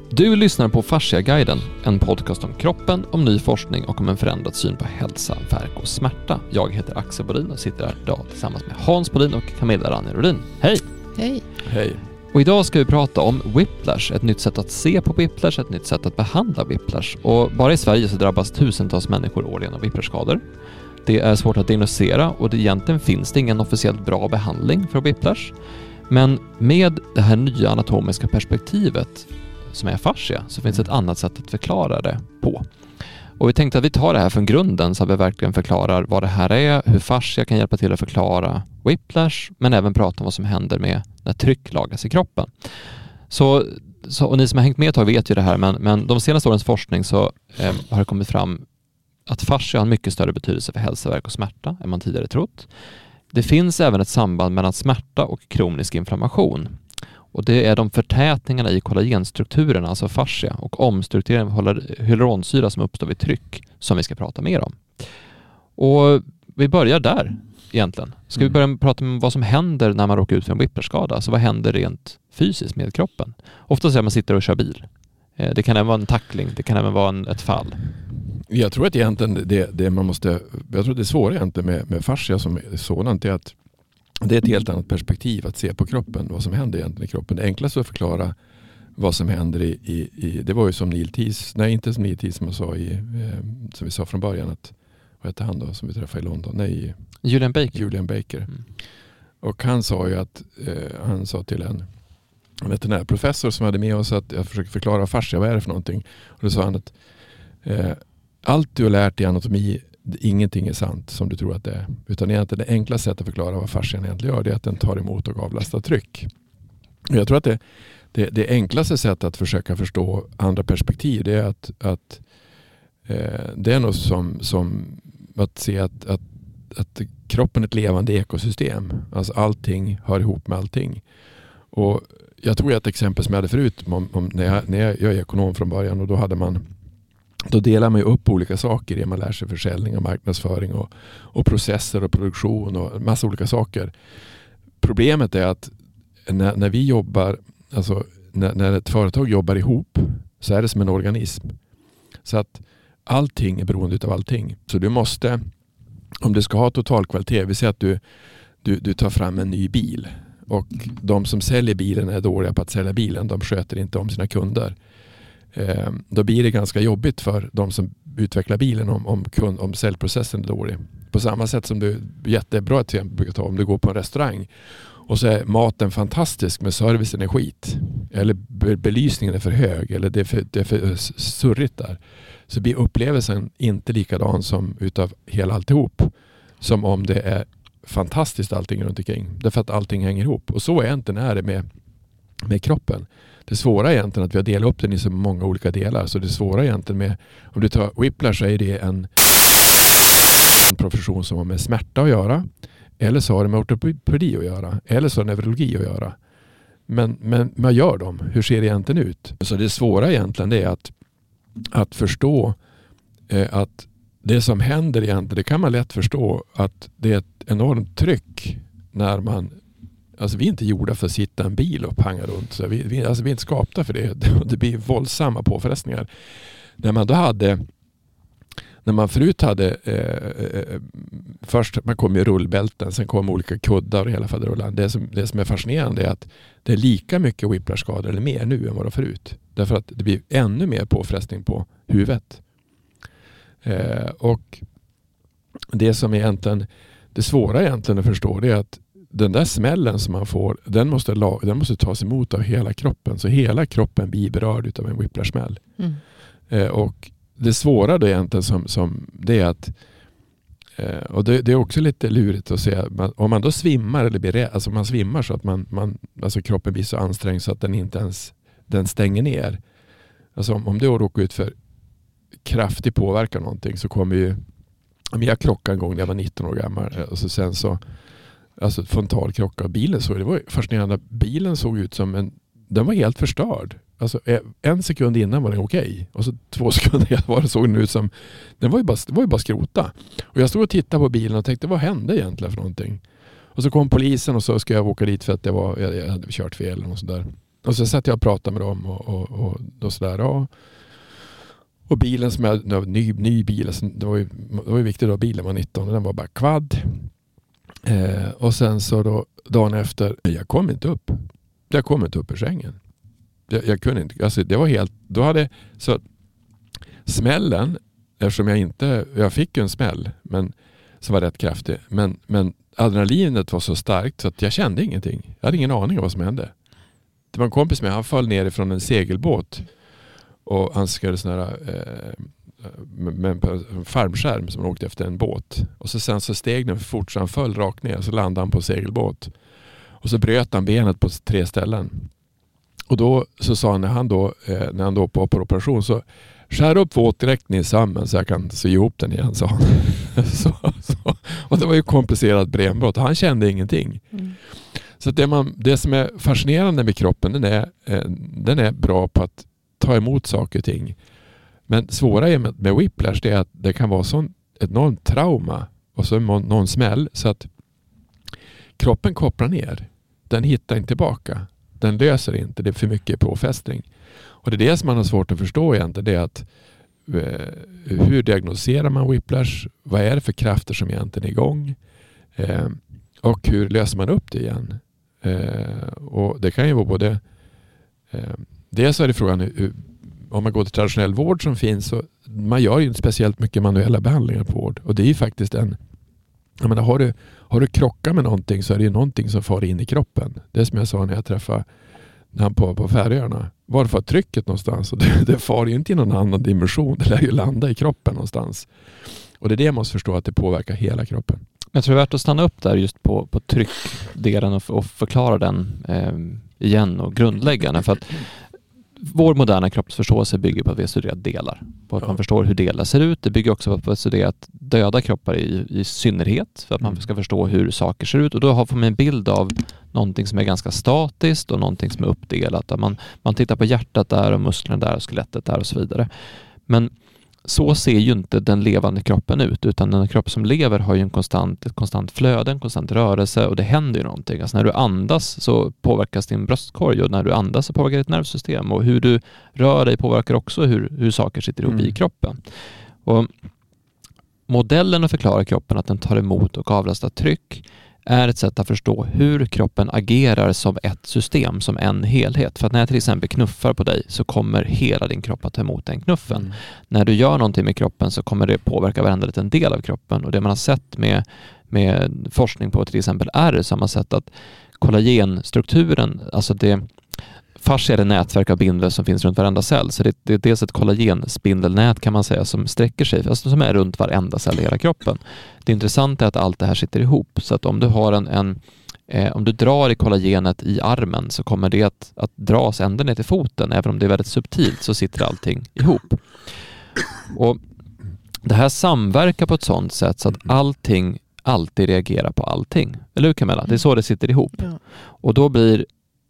Du lyssnar på Fasciaguiden, en podcast om kroppen, om ny forskning och om en förändrad syn på hälsa, värk och smärta. Jag heter Axel Bodin och sitter här idag tillsammans med Hans Bodin och Camilla Ranjerodin. Hej! Hej! Hej! Och idag ska vi prata om whiplash, ett nytt sätt att se på whiplash, ett nytt sätt att behandla whiplash. Och bara i Sverige så drabbas tusentals människor årligen av whiplash-skador. Det är svårt att diagnostisera och egentligen finns det ingen officiellt bra behandling för whiplash. Men med det här nya anatomiska perspektivet som är fascia så finns ett annat sätt att förklara det på. Och vi tänkte att vi tar det här från grunden så att vi verkligen förklarar vad det här är, hur fascia kan hjälpa till att förklara whiplash, men även prata om vad som händer med när tryck lagas i kroppen. Så och ni som har hängt med ett tag vet ju det här, men de senaste årens forskning så har det kommit fram att fascia har en mycket större betydelse för hälsa, värk och smärta än man tidigare trott. Det finns även ett samband mellan smärta och kronisk inflammation. Och det är de förtätningarna i kollagenstrukturerna, alltså fascia, och omstruktureringen av hyaluronsyra som uppstår vid tryck som vi ska prata mer om. Och vi börjar där egentligen. Ska vi börja prata om vad som händer när man råkar ut för en whiplashskada? Alltså vad händer rent fysiskt med kroppen? Ofta så är man sitter och kör bil. Det kan även vara en tackling, det kan även vara ett fall. Jag tror att egentligen jag tror det svåra egentligen med fascia som är sådant är att det är ett helt annat perspektiv att se på kroppen, vad som händer egentligen i kroppen. Det enklaste att förklara vad som händer i det var ju som Neil Tees, nej inte som Neil Tees som vi sa från början att, vad heter han då som vi träffade i London? Julian Baker. Mm. Och han sa ju att han sa till en veterinärprofessor som hade med oss att jag försöker förklara fascia, vad är det för någonting? Och då sa han att allt du har lärt i anatomi, ingenting är sant som du tror att det är. Utan egentligen det enkla sättet att förklara vad fascian egentligen gör, det är att den tar emot och avlastar tryck. Och jag tror att det enklaste sättet att försöka förstå andra perspektiv, det är att det är något som att se att kroppen är ett levande ekosystem. Alltså allting hör ihop med allting. Och jag tror att ett exempel som jag hade förut om när jag är ekonom från början, och då delar man ju upp olika saker. Man lär sig försäljning och marknadsföring och processer och produktion och massa olika saker. Problemet är att när vi jobbar, alltså när ett företag jobbar ihop, så är det som en organism. Så att allting är beroende av allting. Så du måste, om du ska ha totalkvalitet, vi säger att du tar fram en ny bil och de som säljer bilen är dåliga på att sälja bilen. De sköter inte om sina kunder. Då blir det ganska jobbigt för de som utvecklar bilen om säljprocessen är dålig. På samma sätt som du jättebra till exempel om du går på en restaurang och så är maten fantastisk men servicen är skit. Eller belysningen är för hög eller det är för surrigt där. Så blir upplevelsen inte likadan som utav hela alltihop som om det är fantastiskt allting runt omkring. Därför att allting hänger ihop. Och så egentligen är det med kroppen. Det svåra är egentligen att vi har delat upp den i så många olika delar. Så det svåra egentligen med, om du tar whiplash, så är det en profession som har med smärta att göra. Eller så har det med ortopedi att göra. Eller så har det med neurologi att göra. Men vad gör de? Hur ser det egentligen ut? Så det svåra egentligen är att förstå att det som händer egentligen, det kan man lätt förstå att det är ett enormt tryck när man. Alltså vi är inte gjorda för att sitta i en bil och hanga runt. Så vi är inte skapta för det. Det blir våldsamma påfrestningar. När man förut hade först man kom i rullbälten, sen kom olika kuddar och hela faderullan. Det som är fascinerande är att det är lika mycket whiplash-skador eller mer nu än vad det var förut. Därför att det blir ännu mer påfrestning på huvudet. Och det som egentligen det svåra egentligen att förstå, det är att den där smällen som man får, den måste tas emot av hela kroppen. Så hela kroppen blir berörd av en whiplash-smäll. Och det svåra då egentligen som det är att och det är också lite lurigt att se om man då svimmar eller blir rädd, alltså man svimmar så att alltså kroppen blir så ansträngd så att den inte ens den stänger ner. Alltså om du råkar ut för kraftig påverkan någonting så kommer ju jag krockade en gång när jag var 19 år gammal och så sen så alltså frontalkrocka av bilen så det var fascinerande. Bilen såg ut som den var helt förstörd. Alltså en sekund innan var den okej. Och så 2 sekunder var det såg den ut som det var ju bara skrota. Och jag stod och tittade på bilen och tänkte vad hände egentligen för någonting? Och så kom polisen och så ska jag åka dit för att jag hade kört fel eller något sånt där. Och så satt jag och pratade med dem och sådär. Och bilen som jag, ny bil, alltså, det var ju viktigt då, bilen var 19 och den var bara kvadd. Och sen så då, dagen efter, jag kom inte upp ur sängen. Jag kunde inte, alltså det var helt, då hade, så smällen, eftersom jag fick en smäll, men som var rätt kraftig, men adrenalinet var så starkt så att jag kände ingenting. Jag hade ingen aning om vad som hände. Det var en kompis med, han föll ner ifrån en segelbåt och han skrev sån här med en farmskärm som han åkte efter en båt. Och sen så steg den för fort så han föll rakt ner, så landade han på segelbåt. Och så bröt han benet på 3 ställen. Och då så sa han, när han då på operation, så skär upp våtdräkten i samman så jag kan sy ihop den igen, sa han. så. Och det var ju komplicerat benbrott. Han kände ingenting. Så det som är fascinerande med kroppen, den är bra på att ta emot saker och ting. Men svåra med whiplash är att det kan vara sån enormt trauma och så någon smäll så att kroppen kopplar ner. Den hittar inte tillbaka. Den löser inte. Det är för mycket påfästning. Och det är det som man har svårt att förstå egentligen. Det är att hur diagnoserar man whiplash? Vad är det för krafter som egentligen är igång? Och hur löser man upp det igen? Och det kan ju vara både dels är det frågan om man går till traditionell vård som finns, så man gör ju inte speciellt mycket manuella behandlingar på vård. Och det är ju faktiskt jag menar, har du krockat med någonting så är det ju någonting som far in i kroppen. Det är som jag sa när jag träffade han på Färöarna. Varför trycket någonstans? Och det far ju inte i någon annan dimension. Det lär ju landa i kroppen någonstans. Och det är det man måste förstå, att det påverkar hela kroppen. Jag tror det är värt att stanna upp där just på tryckdelen och förklara den igen och grundläggande. För att vår moderna kroppsförståelse bygger på att vi har studerat delar. På att man förstår hur delar ser ut. Det bygger också på att vi har studerat döda kroppar i synnerhet. För att man ska förstå hur saker ser ut. Och då får man en bild av någonting som är ganska statiskt och någonting som är uppdelat. Där man tittar på hjärtat där och musklerna där och skelettet där och så vidare. Men så ser ju inte den levande kroppen ut, utan den kropp som lever har ju ett konstant flöde, en konstant rörelse, och det händer ju någonting. Alltså när du andas så påverkas din bröstkorg, och när du andas så påverkar ditt nervsystem, och hur du rör dig påverkar också hur saker sitter ihop i kroppen. Och modellen att förklara kroppen att den tar emot och avlastar tryck är ett sätt att förstå hur kroppen agerar som ett system, som en helhet. För att när jag till exempel knuffar på dig så kommer hela din kropp att ta emot den knuffen. När du gör någonting med kroppen så kommer det påverka varenda liten del av kroppen. Och det man har sett med forskning på till exempel så har man sett att kollagenstrukturen, alltså fascia är det nätverk av bindlar som finns runt varenda cell. Så det är dels ett kollagenspindelnät kan man säga som sträcker sig, alltså som är runt varenda cell i hela kroppen. Det intressanta är att allt det här sitter ihop. Så att om du har om du drar i kollagenet i armen så kommer det att dras ända ner till foten. Även om det är väldigt subtilt så sitter allting ihop. Och det här samverkar på ett sådant sätt så att allting alltid reagerar på allting. Eller hur, Camilla? Det är så det sitter ihop. Ja. Och då blir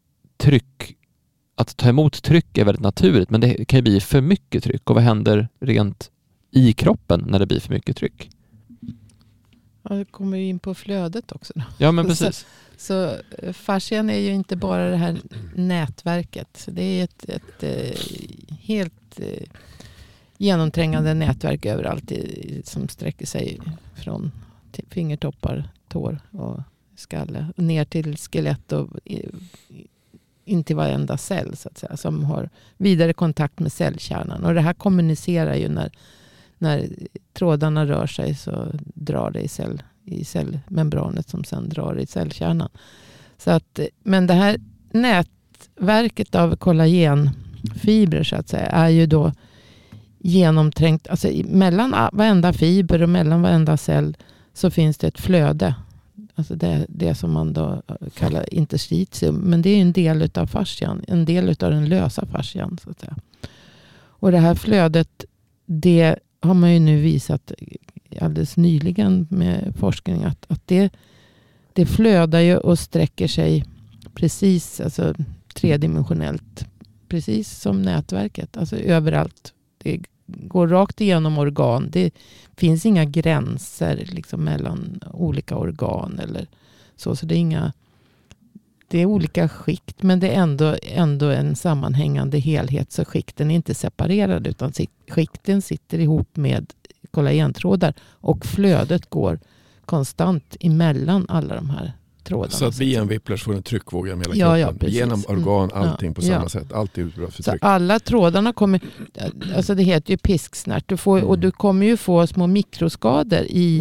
att ta emot tryck är väldigt naturligt, men det kan ju bli för mycket tryck. Och vad händer rent i kroppen när det blir för mycket tryck? Ja, det kommer ju in på flödet också. Då. Ja, men precis. Så fascian är ju inte bara det här nätverket. Det är ett helt genomträngande nätverk överallt som sträcker sig från fingertoppar, tår och skalle och ner till skelett och in till varenda cell så att säga, som har vidare kontakt med cellkärnan. Och det här kommunicerar ju när trådarna rör sig, så drar det i cellmembranet som sen drar i cellkärnan. Så att, men det här nätverket av kollagenfibrer så att säga är ju då genomträngt, alltså mellan varenda fiber och mellan varenda cell så finns det ett flöde. Alltså det som man då kallar interstitium. Men det är en del av fascian. En del av den lösa fascian så att säga. Och det här flödet, det har man ju nu visat alldeles nyligen med forskning att det flödar ju och sträcker sig precis, alltså tredimensionellt, precis som nätverket, alltså överallt. Det går rakt igenom organ. Det finns inga gränser liksom mellan olika organ eller så det är det är olika skikt, men det är ändå en sammanhängande helhet, så skikten är inte separerade utan skikten sitter ihop med kollagentrådar och flödet går konstant emellan alla de här trådarna. Så att via en whiplash får en tryckvåg genom hela kroppen. Ja, genom organ, allting på samma sätt. Allt är utbra för tryck. Så alla trådarna kommer, alltså det heter ju pisksnärt. Och du kommer ju få små mikroskador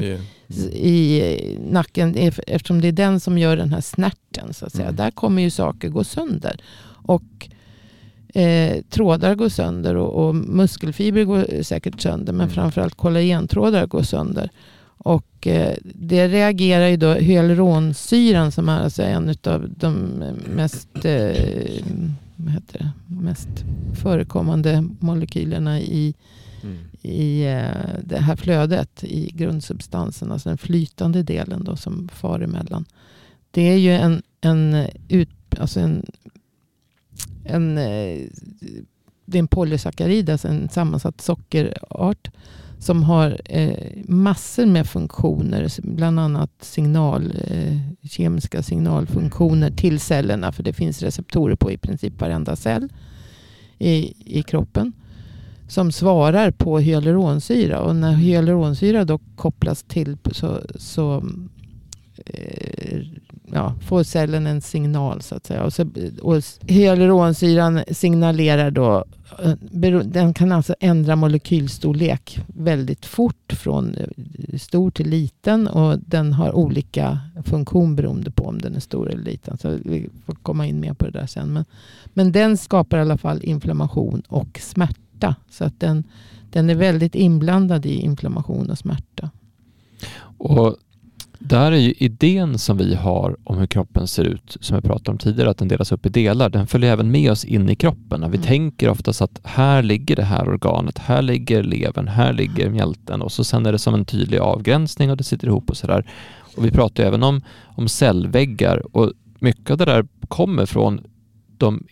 i nacken eftersom det är den som gör den här snärten. Så att säga. Där kommer ju saker gå sönder. Och trådar går sönder och muskelfibrer går säkert sönder. Men framförallt kollagentrådar går sönder. Och det reagerar ju då hyaluronsyran som är alltså en av de mest förekommande molekylerna i det här flödet i grundsubstansen, alltså den flytande delen då som far emellan. Det är ju det är en polysackarid, alltså en sammansatt sockerart som har massor med funktioner, bland annat kemiska signalfunktioner till cellerna, för det finns receptorer på i princip varenda cell i kroppen som svarar på hyaluronsyra, och när hyaluronsyra då kopplas till så får cellen en signal så att säga, och hyaluronsyran signalerar då, den kan alltså ändra molekylstorlek väldigt fort från stor till liten, och den har olika funktion beroende på om den är stor eller liten, så vi får komma in mer på det där sen, men den skapar i alla fall inflammation och smärta, så att den är väldigt inblandad i inflammation och smärta. Och där är ju idén som vi har om hur kroppen ser ut, som jag pratade om tidigare, att den delas upp i delar. Den följer även med oss in i kroppen. Vi tänker oftast att här ligger det här organet, här ligger levern, här ligger mjälten, och så sen är det som en tydlig avgränsning och det sitter ihop och sådär. Och vi pratar ju även om cellväggar, och mycket av det där kommer från de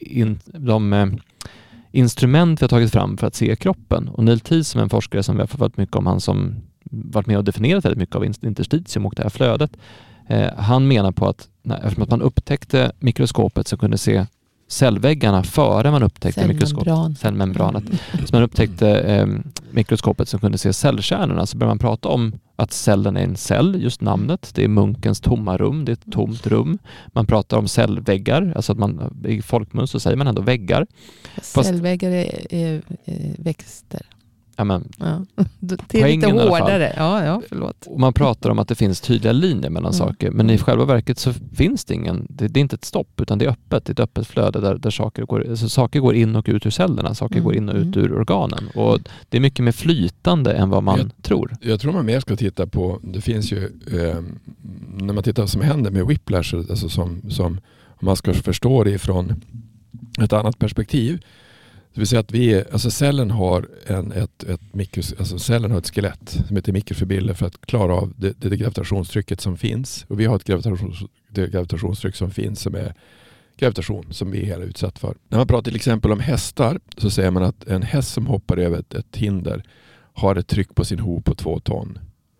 instrument vi har tagit fram för att se kroppen. Och Neil Teese, som är en forskare som vi har förvarit mycket om, han som varit med och definierat väldigt mycket av interstitium och det här flödet. Han menar på att eftersom att man upptäckte mikroskopet så kunde se cellväggarna före man upptäckte cellmembranet. Så man upptäckte mikroskopet som kunde se cellkärnorna, så började man prata om att cellen är en cell, just namnet. Det är munkens tomma rum, det är ett tomt rum. Man pratar om cellväggar, alltså att man i folkmun så säger man ändå väggar. Cellväggar är växter. Amen. Ja. Det är lite hårdare. Ja, förlåt. Och man pratar om att det finns tydliga linjer mellan saker, men i själva verket så finns det ingen, det är inte ett stopp, utan det är öppet, ett öppet flöde där saker går in och ut ur cellerna, saker går in och ut ur organen, och det är mycket mer flytande än vad man tror. Jag tror man mer ska titta på, det finns ju när man tittar vad som händer med whiplash, alltså som om man ska förstå det ifrån ett annat perspektiv. Det vill säga att cellen har cellen har ett skelett som heter mikrofibiller för att klara av det gravitationstrycket som finns. Och vi har ett gravitationstryck som finns, som är gravitation, som vi är hela utsatt för. När man pratar till exempel om hästar så säger man att en häst som hoppar över ett hinder har ett tryck på sin hov på 2 ton.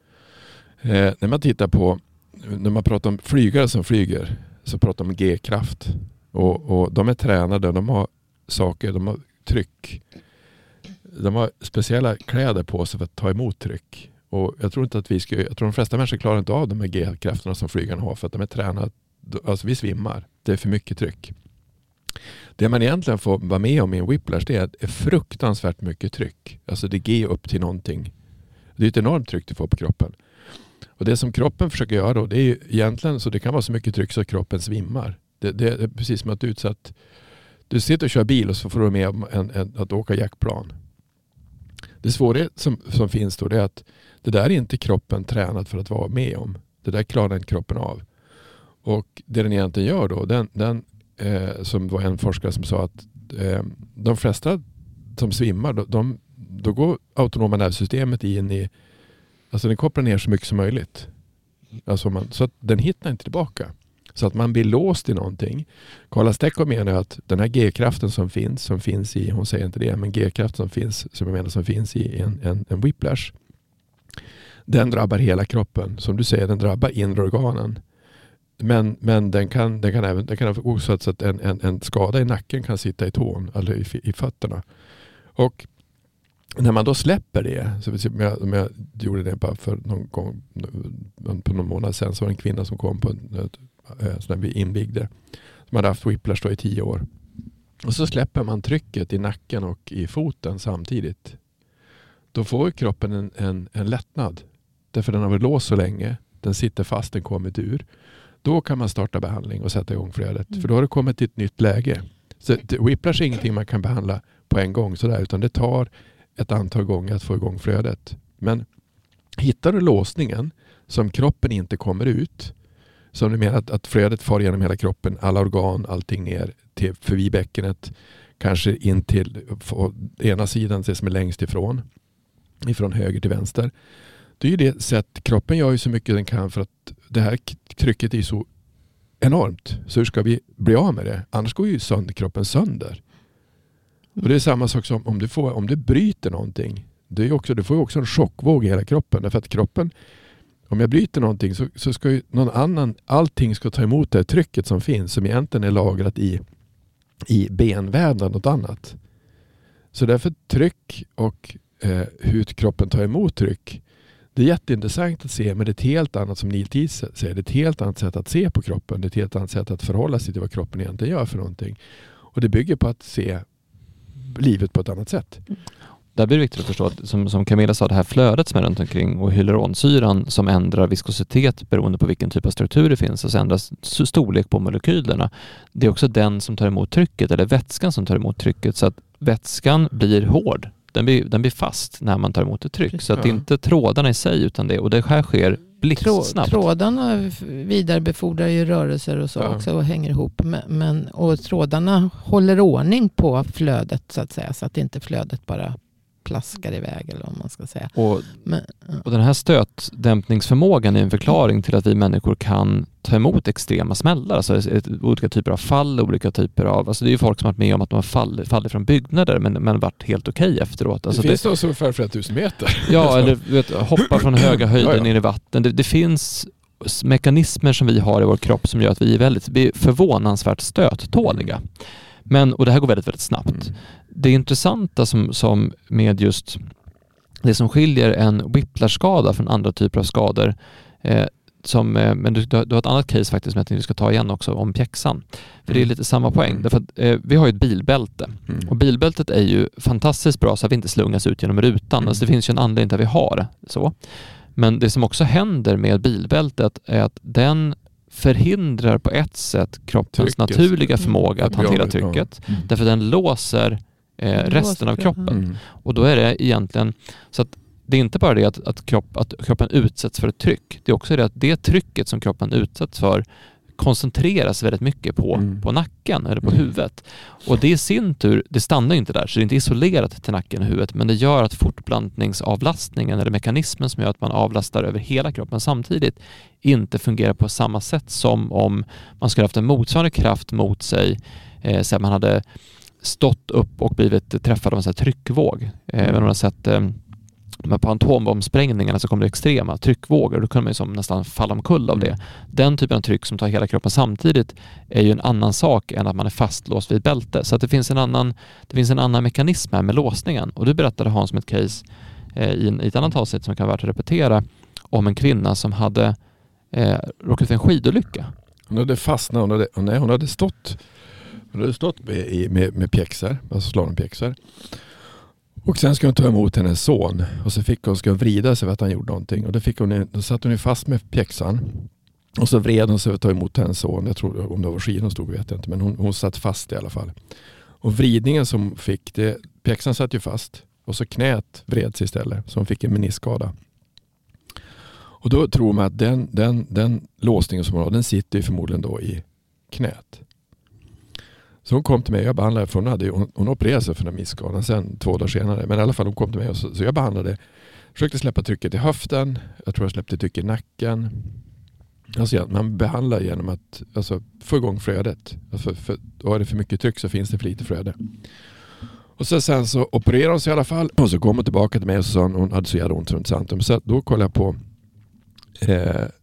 När man pratar om flygare som flyger så pratar man om G-kraft. Och de är tränade, de har tryck. De har speciella kläder på sig för att ta emot tryck. Och jag tror de flesta människor klarar inte av de här G-krafterna som flygarna har, för att de är tränade. Alltså vi svimmar. Det är för mycket tryck. Det man egentligen får vara med om i en whiplash, det är fruktansvärt mycket tryck. Alltså det G upp till någonting. Det är ett enormt tryck du får på kroppen. Och det som kroppen försöker göra då, det är ju egentligen så det kan vara så mycket tryck så att kroppen svimmar. Det är precis som att du sitter och kör bil och så får du med att åka jackplan. Det svåra som finns då, det är att det där är inte kroppen tränad för att vara med om. Det där klarar inte kroppen av. Och det den egentligen gör då, som var en forskare som sa att de flesta som svimmar, då går autonoma nervsystemet in i, alltså den kopplar ner så mycket som möjligt. Alltså så att den hittar inte tillbaka. Så att man blir låst i någonting. Carla Stecco menar att den här G-kraften som finns i, hon säger inte det, men G-kraften som finns i en whiplash, den drabbar hela kroppen. Som du säger, den drabbar inre organen. Men den kan också så att en skada i nacken kan sitta i tån eller i fötterna. Och när man då släpper det, så om jag gjorde det bara för någon gång på någon månad sedan, så var det en kvinna som kom på när vi invigde, som hade haft whiplash då i 10 år. Och så släpper man trycket i nacken och i foten samtidigt. Då får kroppen en lättnad. Därför den har varit låst så länge. Den sitter fast, den kommit ur. Då kan man starta behandling och sätta igång flödet. För då har det kommit till ett nytt läge. Så whiplash är ingenting man kan behandla på en gång sådär, utan det tar ett antal gånger att få igång flödet. Men hittar du låsningen som kroppen inte kommer ut, som du menar att flödet far genom hela kroppen, alla organ, allting ner till förbi bäckenet, kanske in till ena sidan, det som är längst ifrån höger till vänster. Det är ju det sätt, kroppen gör ju så mycket den kan för att det här trycket är så enormt. Så hur ska vi bli av med det? Annars går ju kroppen sönder. Och det är samma sak som om du bryter någonting. Du får ju också en chockvåg i hela kroppen. Därför att kroppen, om jag bryter någonting så ska ju någon annan, allting ska ta emot det trycket som finns, som egentligen är lagrat i benvävnad, något annat. Så därför tryck och hur kroppen tar emot tryck, det är jätteintressant att se, men det är ett helt annat, som Neil Teese säger, det är ett helt annat sätt att se på kroppen, det är ett helt annat sätt att förhålla sig till vad kroppen egentligen gör för någonting. Och det bygger på att se livet på ett annat sätt. Där blir det viktigt att förstå att, som Camilla sa, det här flödet som är runt omkring och hyaluronsyran som ändrar viskositet beroende på vilken typ av struktur det finns, alltså ändras storlek på molekylerna. Det är också den som tar emot trycket, eller vätskan som tar emot trycket, så att vätskan blir hård. Den blir fast när man tar emot ett tryck. Så att det är inte trådarna i sig, utan det, och det här sker blixtsnabbt. Trådarna vidarebefordrar ju rörelser och så också och hänger ihop. Och trådarna håller ordning på flödet så att säga, så att inte flödet bara plaskar iväg, eller vad man ska säga. Och den här stötdämpningsförmågan är en förklaring till att vi människor kan ta emot extrema smällar, alltså olika typer av fall, olika typer av, alltså det är ju folk som har varit med om att de har fallit från byggnader men varit helt okej efteråt. Alltså det finns de som är för flera tusen meter. Ja, eller hoppa från höga höjder ner i vatten. Det finns mekanismer som vi har i vår kropp som gör att vi är förvånansvärt stöttåliga. Och det här går väldigt, väldigt snabbt. Det intressanta som med just det som skiljer en whiplash-skada från andra typer av skador, men du har ett annat case faktiskt som jag tänkte vi ska ta igen också, om pjäxan. För det är lite samma poäng. Därför att, vi har ju ett bilbälte. Och bilbältet är ju fantastiskt bra så att vi inte slungas ut genom rutan. Alltså det finns ju en anledning till att vi har det så. Men det som också händer med bilbältet är att den förhindrar på ett sätt kroppens naturliga förmåga att hantera trycket. Därför den låser resten av kroppen. Och då är det egentligen så att det är inte bara det att kroppen utsätts för ett tryck. Det är också det att det trycket som kroppen utsätts för koncentreras väldigt mycket på nacken eller på huvudet. Och det i sin tur, det stannar inte där, så det är inte isolerat till nacken och huvudet, men det gör att fortplantningsavlastningen eller mekanismen som gör att man avlastar över hela kroppen samtidigt inte fungerar på samma sätt som om man skulle haft en motsvarande kraft mot sig, så att man hade stått upp och blivit träffad av en sån här tryckvåg. Man har sett på atombombsprängningarna så kommer det extrema tryckvågor. Då kan man ju som nästan falla omkull av det. Den typen av tryck som tar hela kroppen samtidigt är ju en annan sak än att man är fastlåst vid bälte. Så att det finns en annan mekanism här med låsningen. Och du berättade, Hans, om ett case i ett annat avsnitt som kan vara värt att repetera, om en kvinna som hade råkat för en skidolycka. Hon hade fastnat, hon hade stått med pjäxor, alltså slalompjäxor. Och sen ska hon ta emot hennes son. Och så ska hon vrida sig för att han gjorde någonting. Och då satt hon ju fast med pjäxan. Och så vred hon sig för att ta emot hennes son. Jag tror om det var skidor stod, vet jag inte. Men hon satt fast i alla fall. Och vridningen som fick det, pjäxan satt ju fast. Och så knät vred sig istället. Så hon fick en meniskskada. Och då tror man att den låsningen som hon har, den sitter ju förmodligen då i knät. Så hon kom till mig och jag behandlade, för hon opererade sig för den meniskskadan sen 2 dagar senare. Men i alla fall hon kom till mig och så jag behandlade, försökte släppa trycket i höften. Jag tror jag släppte tryck i nacken. Alltså man behandlar genom att få igång flödet. Alltså då är det för mycket tryck så finns det för lite flöde. Och sen så opererade hon sig i alla fall. Och så kom hon tillbaka till mig och så sa hon hade så jävla ont runt centrum. Så då kollade jag på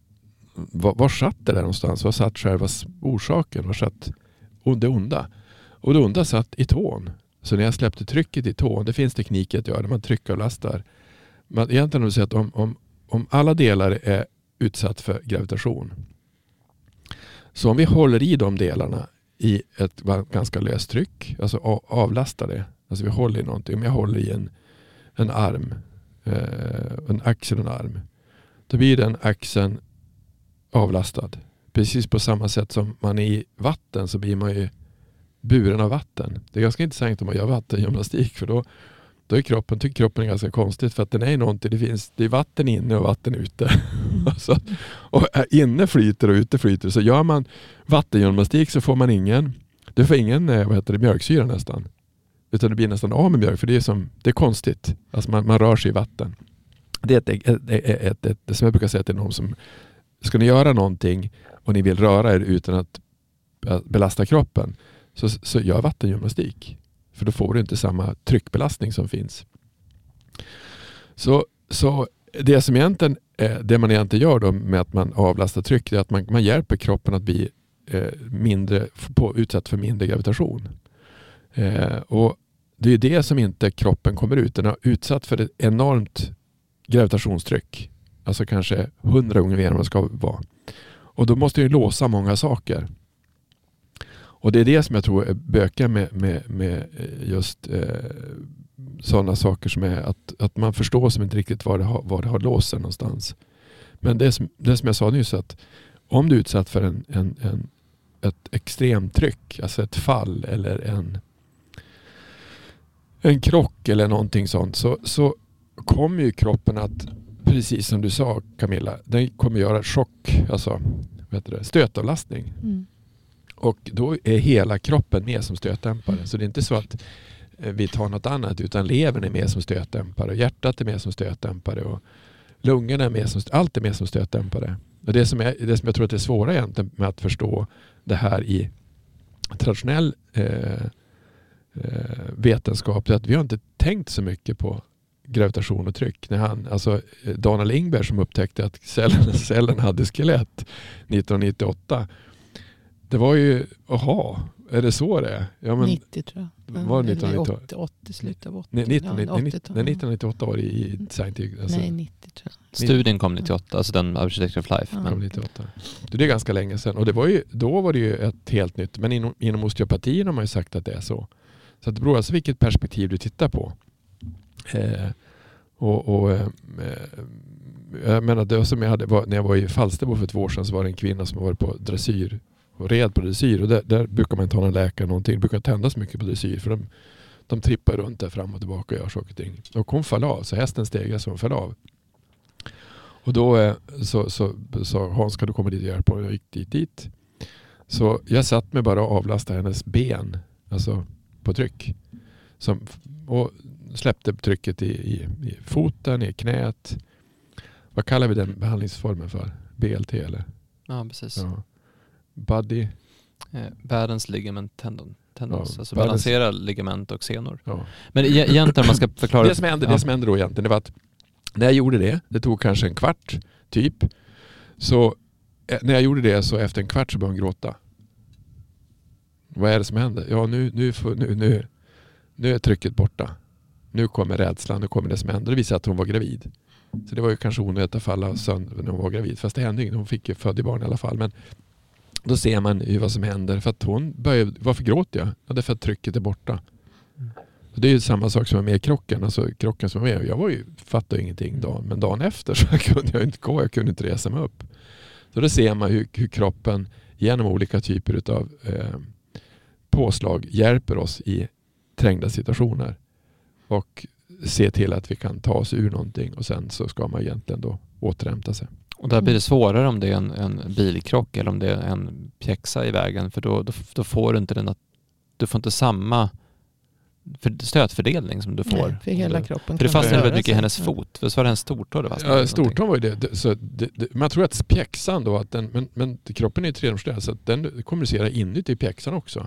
var satt det där någonstans? Var satt själva orsaken? Var satt det onda? Och det onda satt i tån. Så när jag släppte trycket i tån, det finns teknik att göra, man tryckavlastar. Men egentligen vill säga att om alla delar är utsatt för gravitation, så om vi håller i de delarna i ett ganska löst tryck, alltså avlastar det, alltså vi håller i någonting, om jag håller i en arm, en axel och en arm, då blir den axeln avlastad. Precis på samma sätt som man är i vatten, så blir man ju buren av vatten. Det är ganska intressant om man gör vattengymnastik, för då tycker kroppen är ganska konstigt, för att den är någonting, det är vatten inne och vatten ute. Alltså, och inne flyter och ute flyter. Så gör man vattengymnastik så får man ingen mjölksyra nästan. Utan det blir nästan av med mjölk, för det är konstigt. Alltså man rör sig i vatten. Det är det som jag brukar säga till någon som, ska ni göra någonting och ni vill röra er utan att belasta kroppen, så gör vattengymnastik. För då får du inte samma tryckbelastning som finns. Så det som egentligen, det man egentligen gör då med att man avlastar tryck, det är att man hjälper kroppen att bli utsatt för mindre gravitation. Och det är det som inte kroppen kommer ut. Den är utsatt för ett enormt gravitationstryck. Alltså kanske 100 gånger mer än vad det ska vara. Och då måste den låsa många saker. Och det är det som jag tror bökar med just sådana saker som är att man förstår som inte riktigt var det har låst sig någonstans. Men det som jag sa nyss, att om du är utsatt för ett extremt tryck, alltså ett fall eller en krock eller någonting sånt, så kommer ju kroppen att, precis som du sa Camilla, den kommer göra chock, alltså stötavlastning. Mm. Och då är hela kroppen med som stötdämpare. Så det är inte så att vi tar något annat, utan levern är med som stötdämpare, och hjärtat är med som stötdämpare, och lungorna är med allt är med som stötdämpare. Och det som jag tror att det är svåra egentligen med att förstå det här i traditionell vetenskap, är att vi har inte tänkt så mycket på gravitation och tryck. Daniel Ingberg, som upptäckte att cellen hade skelett 1998, det var ju, är det så det är? Ja, men 90 tror jag. Var det 1980? Slutet av 80. 1998 var det i scientific. Alltså. Nej, 90 tror jag. Studien kom 98, alltså den Architecture of Life. Men. Kom 98. Det är ganska länge sedan. Och då var det ju ett helt nytt. Men inom osteopatin har man ju sagt att det är så. Så det beror alltså vilket perspektiv du tittar på. Jag menar, det som när jag var i Falsterbo för 2 år sedan, så var det en kvinna som var på dressyr och red på dressyr, och där brukar man inte ha någon läkare någonting. Det brukar tändas mycket på dressyr, för de trippar runt där fram och tillbaka och gör saker och ting. Och hon föll av, så hästen steg så hon föll av. Och då så Hans, ska du komma dit och hjälpa? Och jag gick dit. Så jag satt med bara och avlastade hennes ben, alltså på tryck. Och släppte trycket i foten, i knät. Vad kallar vi den behandlingsformen för? BLT eller? Ja, precis. Ja. Body. Världens ligament tendons. Ja, alltså balansera ligament och senor. Ja. Men egentligen, om man ska förklara... Det som hände då egentligen, det var att när jag gjorde det tog kanske en kvart typ. Så när jag gjorde det, så efter en kvart så började hon gråta. Vad är det som händer? Ja, nu är trycket borta. Nu kommer rädslan, nu kommer det som händer. Det visade att hon var gravid. Så det var ju kanske onödigt att falla sönder när hon var gravid. Fast det hände inget, hon fick ju födda barn i alla fall. Men då ser man ju vad som händer. För att hon började, varför gråter jag? Ja, det är för att trycket är borta. Så det är ju samma sak som med krocken. Alltså krocken som var med. Jag fattade ingenting då. Men dagen efter så kunde jag inte gå. Jag kunde inte resa mig upp. Så då ser man hur kroppen genom olika typer av påslag hjälper oss i trängda situationer. Och se till att vi kan ta oss ur någonting. Och sen så ska man egentligen då återhämta sig. Och där blir det svårare om det är en bilkrock eller om det är en pjäxa i vägen. För då får du inte du får inte samma stötfördelning som du får. Nej, för hela kroppen. För det fastnade väldigt mycket i hennes fot. För så var det en stortå det fastnade. Ja, stortån var ju det. Så man tror att pjäxan då, att men kroppen är ju tredimensionell, så att den kommunicerar inuti pjäxan också.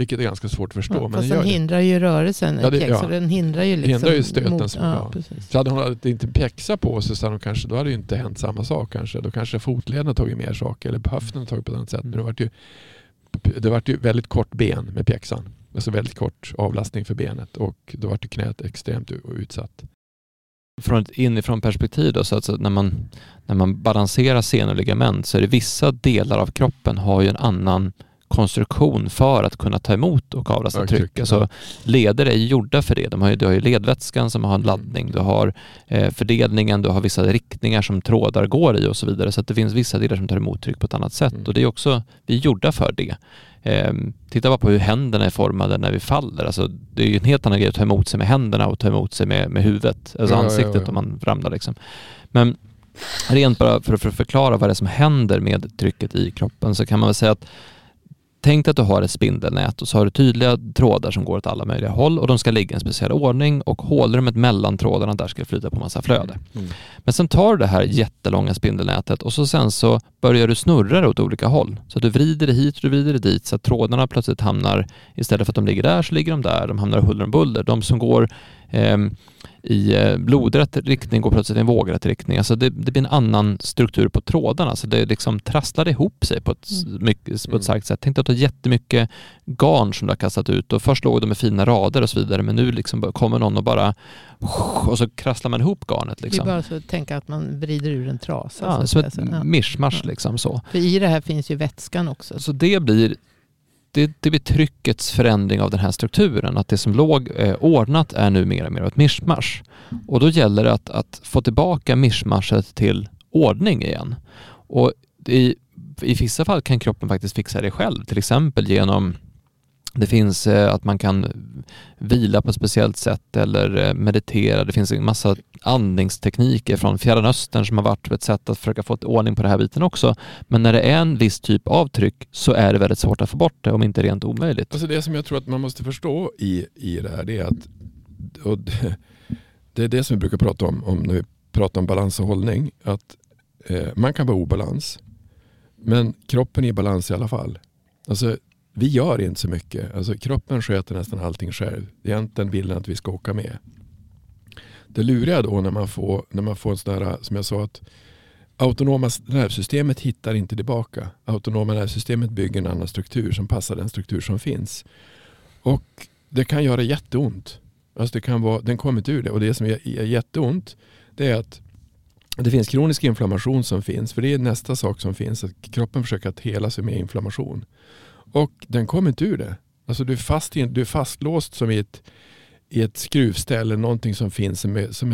Vilket är ganska svårt att förstå. Ja, men fast den hindrar ju rörelsen. Så den hindrar ju liksom hindrar ju stöten. Mot, Så hade hon inte pjäxa på sig, så då hade det ju inte hänt samma sak kanske. Då kanske fotleden har tagit mer saker, eller höften har tagit på ett annat sätt. Men det var ju väldigt kort ben med pjäxan. Alltså väldigt kort avlastning för benet, och då var det knät extremt utsatt. Från ett inifrån perspektiv då, så att när man balanserar senor och ligament, så är det vissa delar av kroppen har ju en annan konstruktion för att kunna ta emot och avlasta tryck. Alltså, leder är gjorda för det. Du har ju ledvätskan som har en laddning, du har fördelningen, du har vissa riktningar som trådar går i och så vidare. Så att det finns vissa delar som tar emot tryck på ett annat sätt. Och det är också, vi är gjorda för det. Titta bara på hur händerna är formade när vi faller. Alltså, det är ju en helt annan grej att ta emot sig med händerna och ta emot sig med huvudet. Alltså ansiktet om man ramlar liksom. Men rent bara för att förklara vad det är som händer med trycket i kroppen, så kan man väl säga att tänk att du har ett spindelnät och så har du tydliga trådar som går åt alla möjliga håll, och de ska ligga i en speciell ordning, och hålrummet mellan trådarna, där ska flyta på massa flöde. Men sen tar du det här jättelånga spindelnätet och sen så börjar du snurra det åt olika håll. Så att du vrider det hit och du vrider det dit, så att trådarna plötsligt hamnar, istället för att de ligger där så ligger de där, de hamnar huller om buller. De som går i blodrätt riktning går plötsligt i en vågrätt riktning. Alltså det blir en annan struktur på trådarna. Så det liksom trasslar ihop sig på ett starkt sätt. Tänk att du har jättemycket garn som du har kastat ut, och först låg de med fina rader och så vidare, men nu liksom kommer någon och bara, och så krasslar man ihop garnet. Liksom. Det är bara så att tänka att man vrider ur en trasa. Ja, så ett mischmasch liksom så. För i det här finns ju vätskan också. Så det blir tryckets förändring av den här strukturen, att det som låg ordnat är nu mer och mer ett mischmasch. Och då gäller det att få tillbaka mischmaschet till ordning igen. Och i vissa fall kan kroppen faktiskt fixa det själv, till exempel genom, det finns att man kan vila på ett speciellt sätt eller meditera. Det finns en massa andningstekniker från Fjärran Östern som har varit ett sätt att försöka få ordning på den här biten också. Men när det är en viss typ av tryck så är det väldigt svårt att få bort det, om inte rent omöjligt. Alltså det som jag tror att man måste förstå i det här, det är att, och det är det som vi brukar prata om när vi pratar om balans och hållning, att man kan vara obalans, men kroppen är i balans i alla fall. Alltså vi gör inte så mycket. Alltså kroppen sköter nästan allting själv. Egentligen vill den att vi ska åka med. Det luriga då när man får en sån där, som jag sa, att autonoma nervsystemet hittar inte tillbaka. Autonoma nervsystemet bygger en annan struktur som passar den struktur som finns. Och det kan göra jätteont. Alltså det kan vara, den kommer inte ur det. Och det som är jätteont, det är att det finns kronisk inflammation som finns. För det är nästa sak som finns. Att kroppen försöker att hela sig med inflammation. Och den kommer inte ur det. Alltså du är fastlåst som i ett skruvställ eller någonting som finns.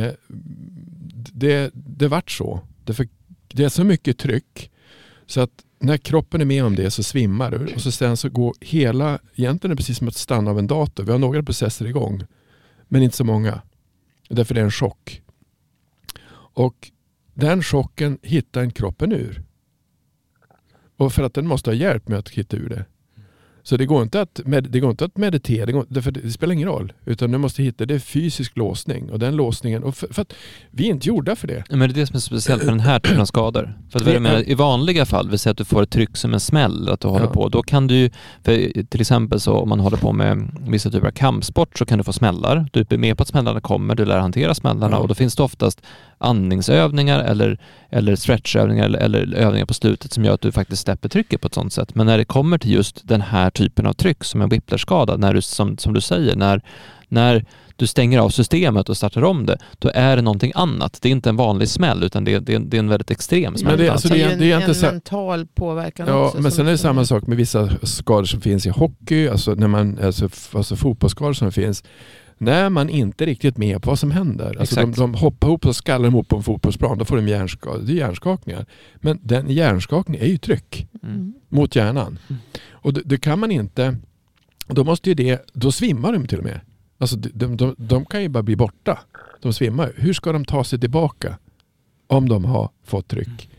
Det vart så. Det är så mycket tryck så att när kroppen är med om det så svimmar du. Och sen så går egentligen är det precis som att stanna av en dator. Vi har några processer igång, men inte så många. Därför är det en chock. Och den chocken hittar en kroppen ur. Och för att den måste ha hjälp med att hitta ur det. Så det går inte att meditera, det spelar ingen roll. Utan du måste hitta, det är fysisk låsning. Och den låsningen, och för att vi är inte gjorda för det. Men det är det som är speciellt med den här typen av skador. För att vad jag menar, i vanliga fall, vi säger att du får ett tryck som en smäll, att du håller på. Då kan du, för till exempel så om man håller på med vissa typer av kampsport, så kan du få smällar. Du är med på att smällarna kommer, du lär hantera smällarna. Och då finns det oftast andningsövningar eller stretchövningar eller övningar på slutet som gör att du faktiskt släpper trycket på ett sånt sätt. Men när det kommer till just den här typen av tryck som en whiplash-skada, när du, som du säger, när du stänger av systemet och startar om det, då är det någonting annat. Det är inte en vanlig smäll, utan det är en väldigt extrem smäll. Men det är en mental påverkan också. Ja, men sen är det samma sak med vissa skador som finns i hockey, alltså fotbollsskador som finns. När man inte riktigt med på vad som händer. Alltså de hoppar ihop och skallar ihop på en fotbollsplan. Då får de hjärnskakningar. Det är hjärnskakningar. Men den hjärnskakningen är ju tryck mot hjärnan. Och det kan man inte. Då svimmar de till och med. Alltså de kan ju bara bli borta. De svimmar. Hur ska de ta sig tillbaka om de har fått tryck?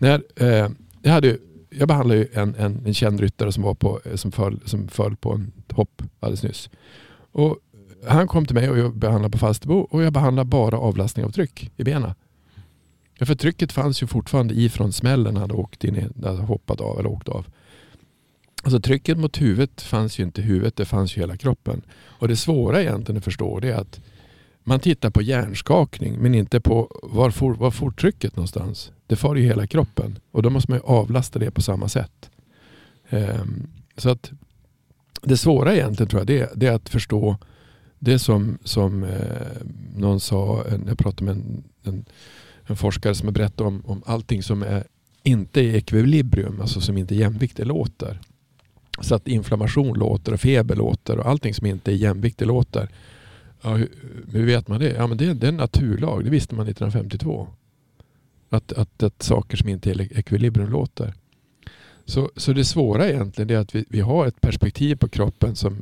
Jag behandlade ju en känd ryttare som föll på en hopp alldeles nyss. Och han kom till mig och jag behandlade på Falsterbo, och jag behandlade bara avlastning av tryck i benen. Ja, för trycket fanns ju fortfarande ifrån smällen han hade åkt in, hade hoppat av eller åkt av. Alltså trycket mot huvudet fanns ju inte i huvudet, det fanns ju hela kroppen. Och det svåra egentligen att förstå det är att man tittar på hjärnskakning men inte på var får trycket någonstans. Det far ju hela kroppen och då måste man ju avlasta det på samma sätt. Så att det svåra egentligen tror jag det är att förstå det som någon sa, jag pratade med en forskare som har berättat om allting som är inte i ekvilibrium, alltså som inte är jämvikt, det låter. Så att inflammation låter och feber låter och allting som inte är jämvikt det låter. Ja, hur vet man det? Ja, men det är en naturlag, det visste man 1952. Att saker som inte är i ekvilibrium låter. Så det svåra egentligen är att vi har ett perspektiv på kroppen som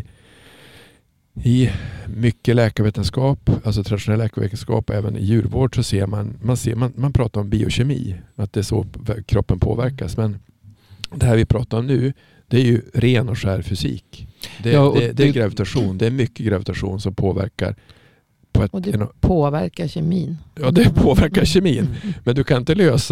i mycket läkarvetenskap, alltså traditionell läkarvetenskap och även i djurvård så ser man pratar om biokemi, att det är så kroppen påverkas. Men det här vi pratar om nu, det är ju ren och skär fysik. Det är gravitation, det är mycket gravitation som påverkar på ett... Och det påverkar kemin. Ja, det påverkar kemin. Men du kan inte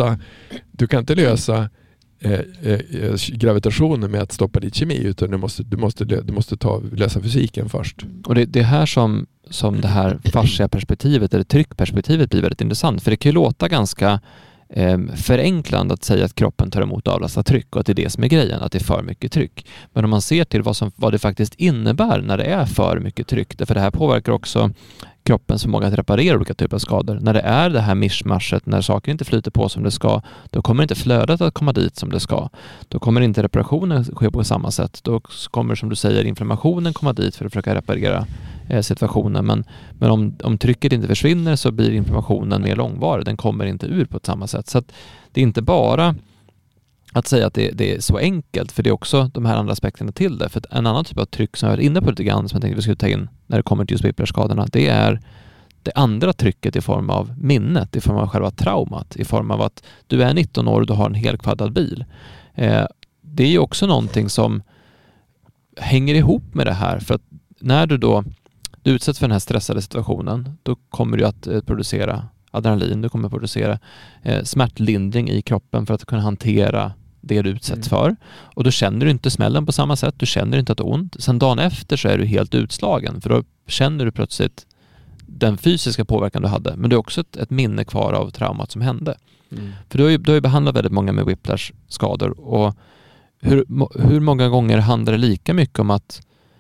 lösa gravitationen med att stoppa dit kemi, utan du måste lösa fysiken först. Och det är här som det här fascia perspektivet eller tryckperspektivet blir väldigt intressant, för det kan ju låta ganska förenklande att säga att kroppen tar emot avlastat tryck och att det är det som är grejen, att det är för mycket tryck. Men om man ser till vad det faktiskt innebär när det är för mycket tryck, för det här påverkar också kroppens förmåga att reparera olika typer av skador. När det är det här mischmaschet, när saker inte flyter på som det ska, då kommer inte flödet att komma dit som det ska. Då kommer inte reparationen ske på samma sätt. Då kommer, som du säger, inflammationen komma dit för att försöka reparera situationen. Men om trycket inte försvinner så blir inflammationen mer långvarig. Den kommer inte ur på ett samma sätt. Så att det är inte bara att säga att det är så enkelt, för det är också de här andra aspekterna till det. För en annan typ av tryck som jag är inne på lite grann, som jag tänkte vi skulle ta in när det kommer till just whiplash-skadorna, det är det andra trycket i form av minnet, i form av själva traumat, i form av att du är 19 år och du har en helkvaddad bil. Det är ju också någonting som hänger ihop med det här, för att när du utsätts för den här stressade situationen, då kommer du att producera adrenalin, du kommer att producera smärtlindring i kroppen för att kunna hantera det du utsätts för. Och då känner du inte smällen på samma sätt, du känner inte att det är ont. Sen dagen efter så är du helt utslagen, för då känner du plötsligt den fysiska påverkan du hade, men det är också ett minne kvar av traumat som hände. För du har ju behandlat väldigt många med whiplash-skador, och hur många gånger handlar det lika mycket om att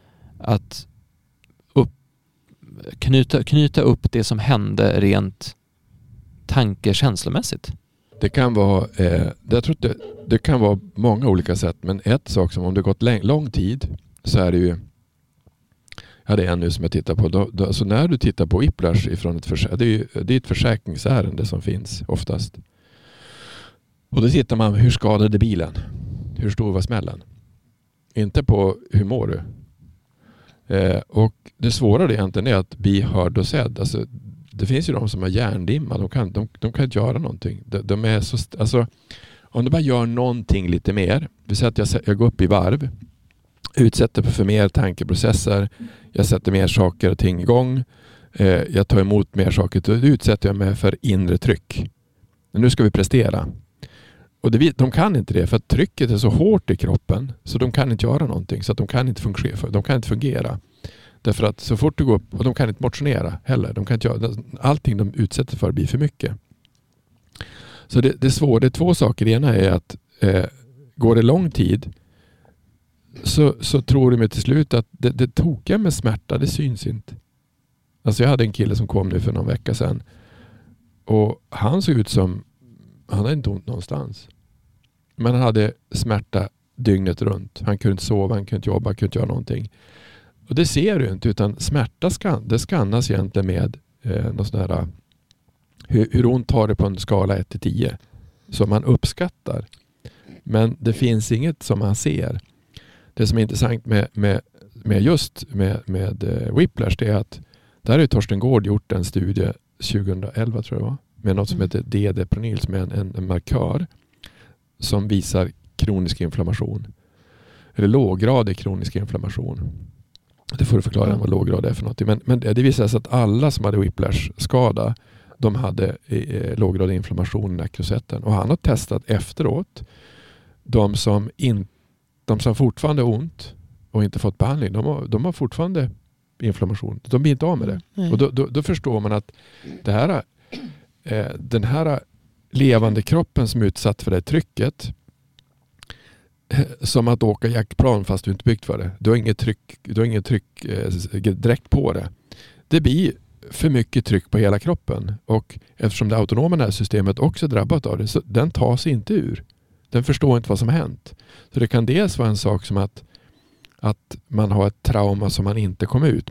knyta upp det som hände rent tankekänslomässigt? Det kan vara, jag tror att det kan vara många olika sätt, men ett sak som om det gått lång tid så är det ju, ja, det är en nu som jag tittar på, alltså när du tittar på whiplash ifrån det är ett försäkringsärende som finns oftast, och då tittar man hur skadade bilen, hur stor var smällen, inte på hur mår du. Och det svåra egentligen är att bli hörd och sedd. Alltså, det finns ju de som har hjärndimma. De kan inte göra någonting. De är så, alltså, om du bara gör någonting lite mer. Vi säger att jag går upp i varv. Utsätter för mer tankeprocesser. Jag sätter mer saker och ting igång. Jag tar emot mer saker. Då utsätter jag mig för inre tryck. Men nu ska vi prestera. Och de kan inte det, för att trycket är så hårt i kroppen så de kan inte göra någonting, så att de kan inte fungera. Därför att så fort du går upp, och de kan inte motionera heller, de kan inte göra, allting de utsätter för blir för mycket. Så det är svårt. Det är två saker. Det ena är att går det lång tid så tror du mig till slut att det tokiga med smärta, det syns inte. Alltså jag hade en kille som kom nu för någon vecka sedan, och han såg ut som han hade inte ont någonstans. Men han hade smärta dygnet runt. Han kunde inte sova, han kunde inte jobba, han kunde inte göra någonting. Och det ser du inte, utan smärta det skannas egentligen med något sån här, hur ont har det på en skala 1-10 som man uppskattar. Men det finns inget som man ser. Det som är intressant med whiplash, det är att där har ju Torsten Gård gjort en studie 2011 tror jag det var, med något som heter D-depronyl, som är en markör som visar kronisk inflammation. Eller låggradig kronisk inflammation. Det får du förklara vad låggrad är för något. Men det visar sig att alla som hade whiplash-skada, de hade låggradig inflammation i näckrosetten. Och han har testat efteråt de som de som fortfarande har ont och inte fått behandling, de har fortfarande inflammation. De blir inte av med det. Och då förstår man att det här, den här levande kroppen som är utsatt för det trycket, som att åka jaktplan fast du inte byggt för det. Du har inget tryck direkt på det. Det blir för mycket tryck på hela kroppen, och eftersom det autonoma nervsystemet också är drabbat av det, så den tar sig inte ur. Den förstår inte vad som har hänt. Så det kan dels vara en sak som att man har ett trauma som man inte kommer ut.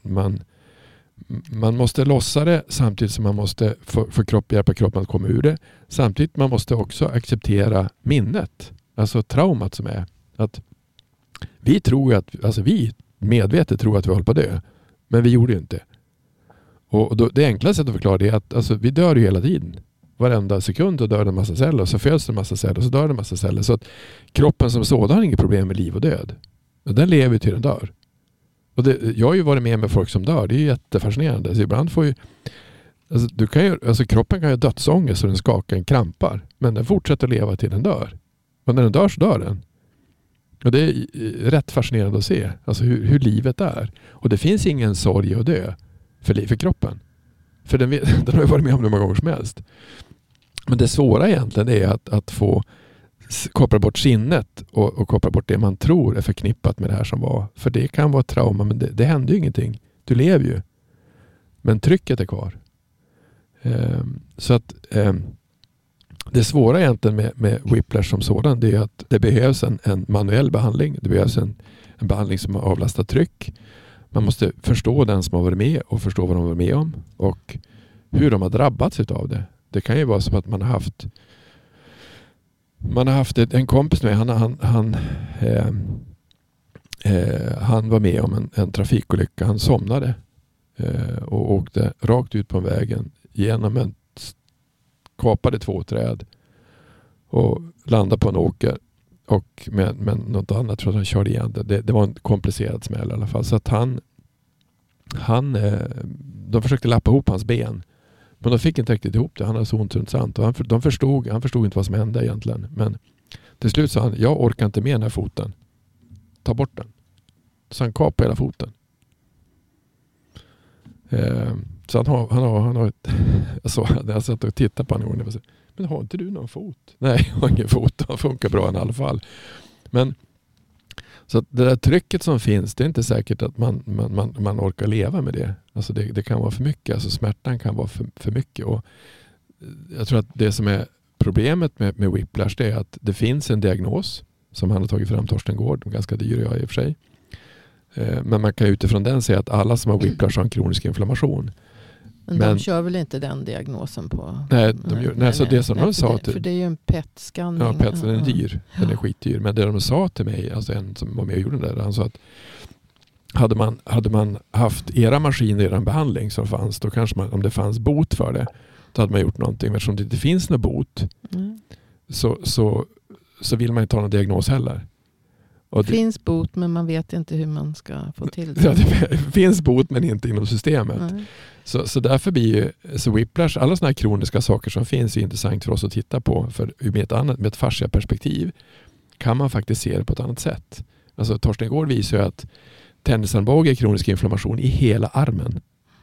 Man måste lossa det samtidigt som man måste få hjälpa kroppen att komma ur det. Samtidigt man måste också acceptera minnet. Alltså traumat som är. Att vi tror att, alltså vi medvetet tror att vi håller på att dö. Men vi gjorde ju inte. Och då, det enklaste sättet att förklara det är att alltså, vi dör ju hela tiden. Varenda sekund då dör en massa celler, och så föds det en massa celler och så dör det en massa celler. Så att kroppen som sådan har inget problem med liv och död. Den lever till den dör. Och jag har ju varit med folk som dör. Det är ju jättefascinerande. Så ibland får ju, kroppen kan ju ha dödsångest så den skakar en krampar. Men den fortsätter leva till den dör. Och när den dör så dör den. Och det är rätt fascinerande att se. Alltså hur livet är. Och det finns ingen sorg att dö för kroppen. För den har ju varit med om det många gånger som helst. Men det svåra egentligen är att få koppla bort sinnet och koppla bort det man tror är förknippat med det här som var. För det kan vara trauma, men det händer ju ingenting. Du lever ju. Men trycket är kvar. Så att det svåra egentligen med whiplash som sådan, det är att det behövs en manuell behandling. Det behövs en behandling som avlastar tryck. Man måste förstå den som har varit med och förstå vad de har varit med om och hur de har drabbats av det. Det kan ju vara som att man har haft en kompis med, han var med om en trafikolycka. Han somnade och åkte rakt ut på vägen genom kapade 2 träd och landade på en åker, och med något annat tror jag han körde igen. Det var en komplicerad smäll i alla fall. Så att de försökte lappa ihop hans ben, men de fick inte riktigt ihop det. Han hade så ont runt sant, och han förstod inte vad som hände egentligen. Men till slut sa han, jag orkar inte med den här foten. Ta bort den. Så han kapade hela foten. Så han har ett... Jag satt och tittade på honom och sa, men har inte du någon fot? Nej, jag har ingen fot. Han funkar bra i alla fall. Men så att det där trycket som finns, det är inte säkert att man orkar leva med det. Alltså det kan vara för mycket. Alltså smärtan kan vara för mycket. Och jag tror att det som är problemet med whiplash, det är att det finns en diagnos som han har tagit fram, Torsten Gård, ganska dyr i och för sig. Men man kan utifrån den säga att alla som har whiplash har en kronisk inflammation. Men de kör väl inte den diagnosen på... Nej, så det som de sa till... För det är ju en PET-scanning. Ja, PET, den är dyr. Den är skitdyr. Men det de sa till mig, alltså en som var med och gjorde det där, han sa att hade man haft era maskiner i den behandling som fanns, då kanske om det fanns bot för det, då hade man gjort någonting. Men eftersom det inte finns någon bot så vill man inte ha någon diagnos heller. Det finns bot, men man vet inte hur man ska få till det. Ja, det finns bot, men inte inom systemet. Nej. Så därför blir ju whiplash, alla sådana här kroniska saker som finns, är intressant för oss att titta på. För med ett fascia-perspektiv kan man faktiskt se det på ett annat sätt. Alltså Torsten Gård visar ju att tennisarmbåge är kronisk inflammation i hela armen.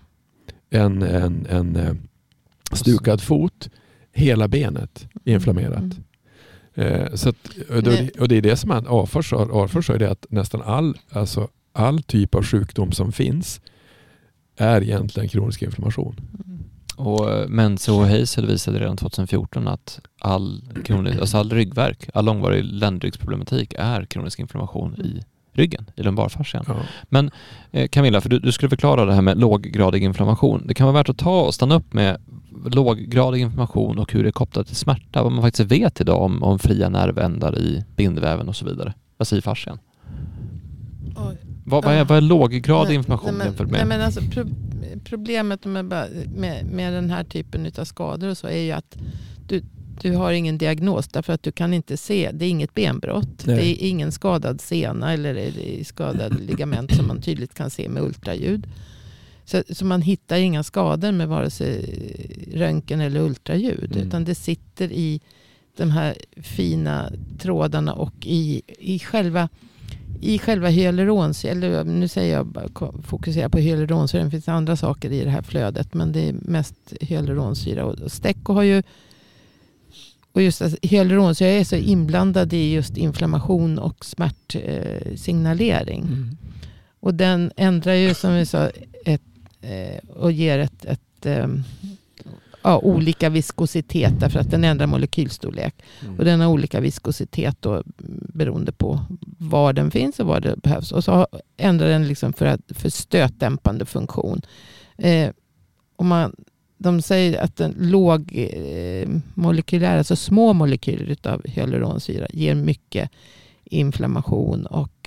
En stukad fot, hela benet är inflammerat. Så att, och det är det som Arfors är det att nästan all typ av sjukdom som finns är egentligen kronisk inflammation. Och Menzo och Hazel visade redan 2014 att all ryggvärk, all långvarig ländryggsproblematik är kronisk inflammation i ryggen, i lumbarfascian. Ja. Men Camilla, för du skulle förklara det här med låggradig inflammation. Det kan vara värt att stanna upp med låggradig inflammation och hur det är kopplat till smärta. Vad man faktiskt vet idag om fria nervändar i bindväven och så vidare. Alltså i fascian. Vad är låggradig inflammation jämfört med? Nej, men alltså, problemet med den här typen av skador och så är ju att du har ingen diagnos därför att du kan inte se. Det är inget benbrott. Nej. Det är ingen skadad sena eller skadad ligament som man tydligt kan se med ultraljud. Så man hittar inga skador med vare sig röntgen eller ultraljud. Utan det sitter i de här fina trådarna och i själva hyaluronsyra, eller nu säger jag bara fokusera på hyaluronsyra, det finns andra saker i det här flödet, men det är mest hyaluronsyra. Och Stecco har ju, och just att hyaluronsyra är så inblandad i just inflammation och smärtsignalering. Och den ändrar ju, som vi sa, och ger olika viskositet, därför att den ändrar molekylstorlek. Och den har olika viskositet då, beroende på var den finns och var det behövs. Och så ändrar den liksom för stötdämpande funktion. De säger att den låg molekylär, alltså små molekyler av hyaluronsyra ger mycket inflammation och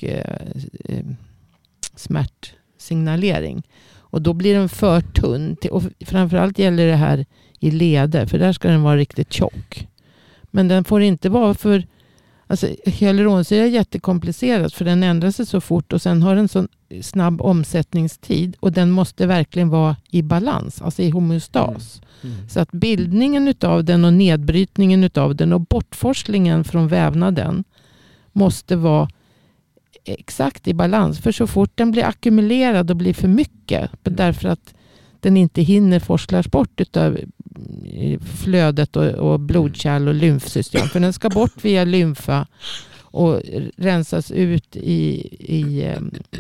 smärtsignalering. Och då blir den för tunn. Och framförallt gäller det här i leder, för där ska den vara riktigt tjock. Men den får inte vara för... Alltså hyaluronsyra är jättekomplicerat, för den ändrar sig så fort och sen har den så snabb omsättningstid, och den måste verkligen vara i balans, alltså i homeostas. Så att bildningen utav den och nedbrytningen utav den och bortforslingen från vävnaden måste vara exakt i balans. För så fort den blir ackumulerad och blir för mycket, därför att den inte hinner forslas bort utav flödet och blodkärl och lymfsystem. För den ska bort via lymfa och rensas ut i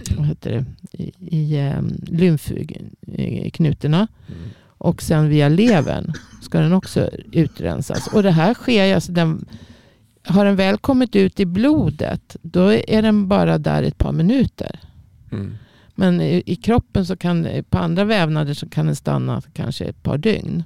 lymfknutorna. Och sen via levern ska den också utrensas. Och det här sker, alltså har den väl kommit ut i blodet, då är den bara där ett par minuter. Men i kroppen så på andra vävnader så kan den stanna kanske ett par dygn.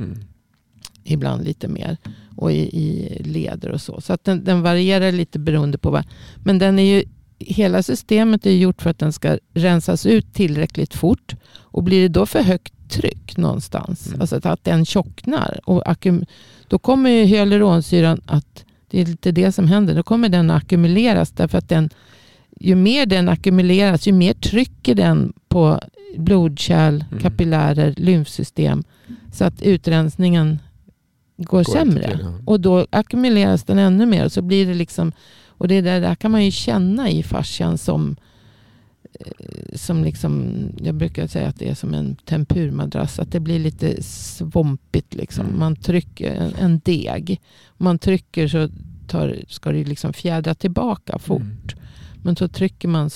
Ibland lite mer. Och i leder och så. Så att den varierar lite beroende på vad. Men hela systemet är gjort för att den ska rensas ut tillräckligt fort. Och blir det då för högt tryck någonstans, alltså att den tjocknar, och då kommer ju hyaluronsyran det är lite det som händer. Då kommer den att ackumuleras, därför att ju mer den ackumuleras, ju mer trycker den på blodkärl, kapillärer, lymfsystem, så att utrensningen går sämre. Och då ackumuleras den ännu mer, och så blir det liksom, och det där kan man ju känna i fascian som liksom, jag brukar säga att det är som en tempurmadrass, att det blir lite svampigt liksom. Man trycker en deg, man trycker så ska det liksom fjädra tillbaka fort. Men så trycker man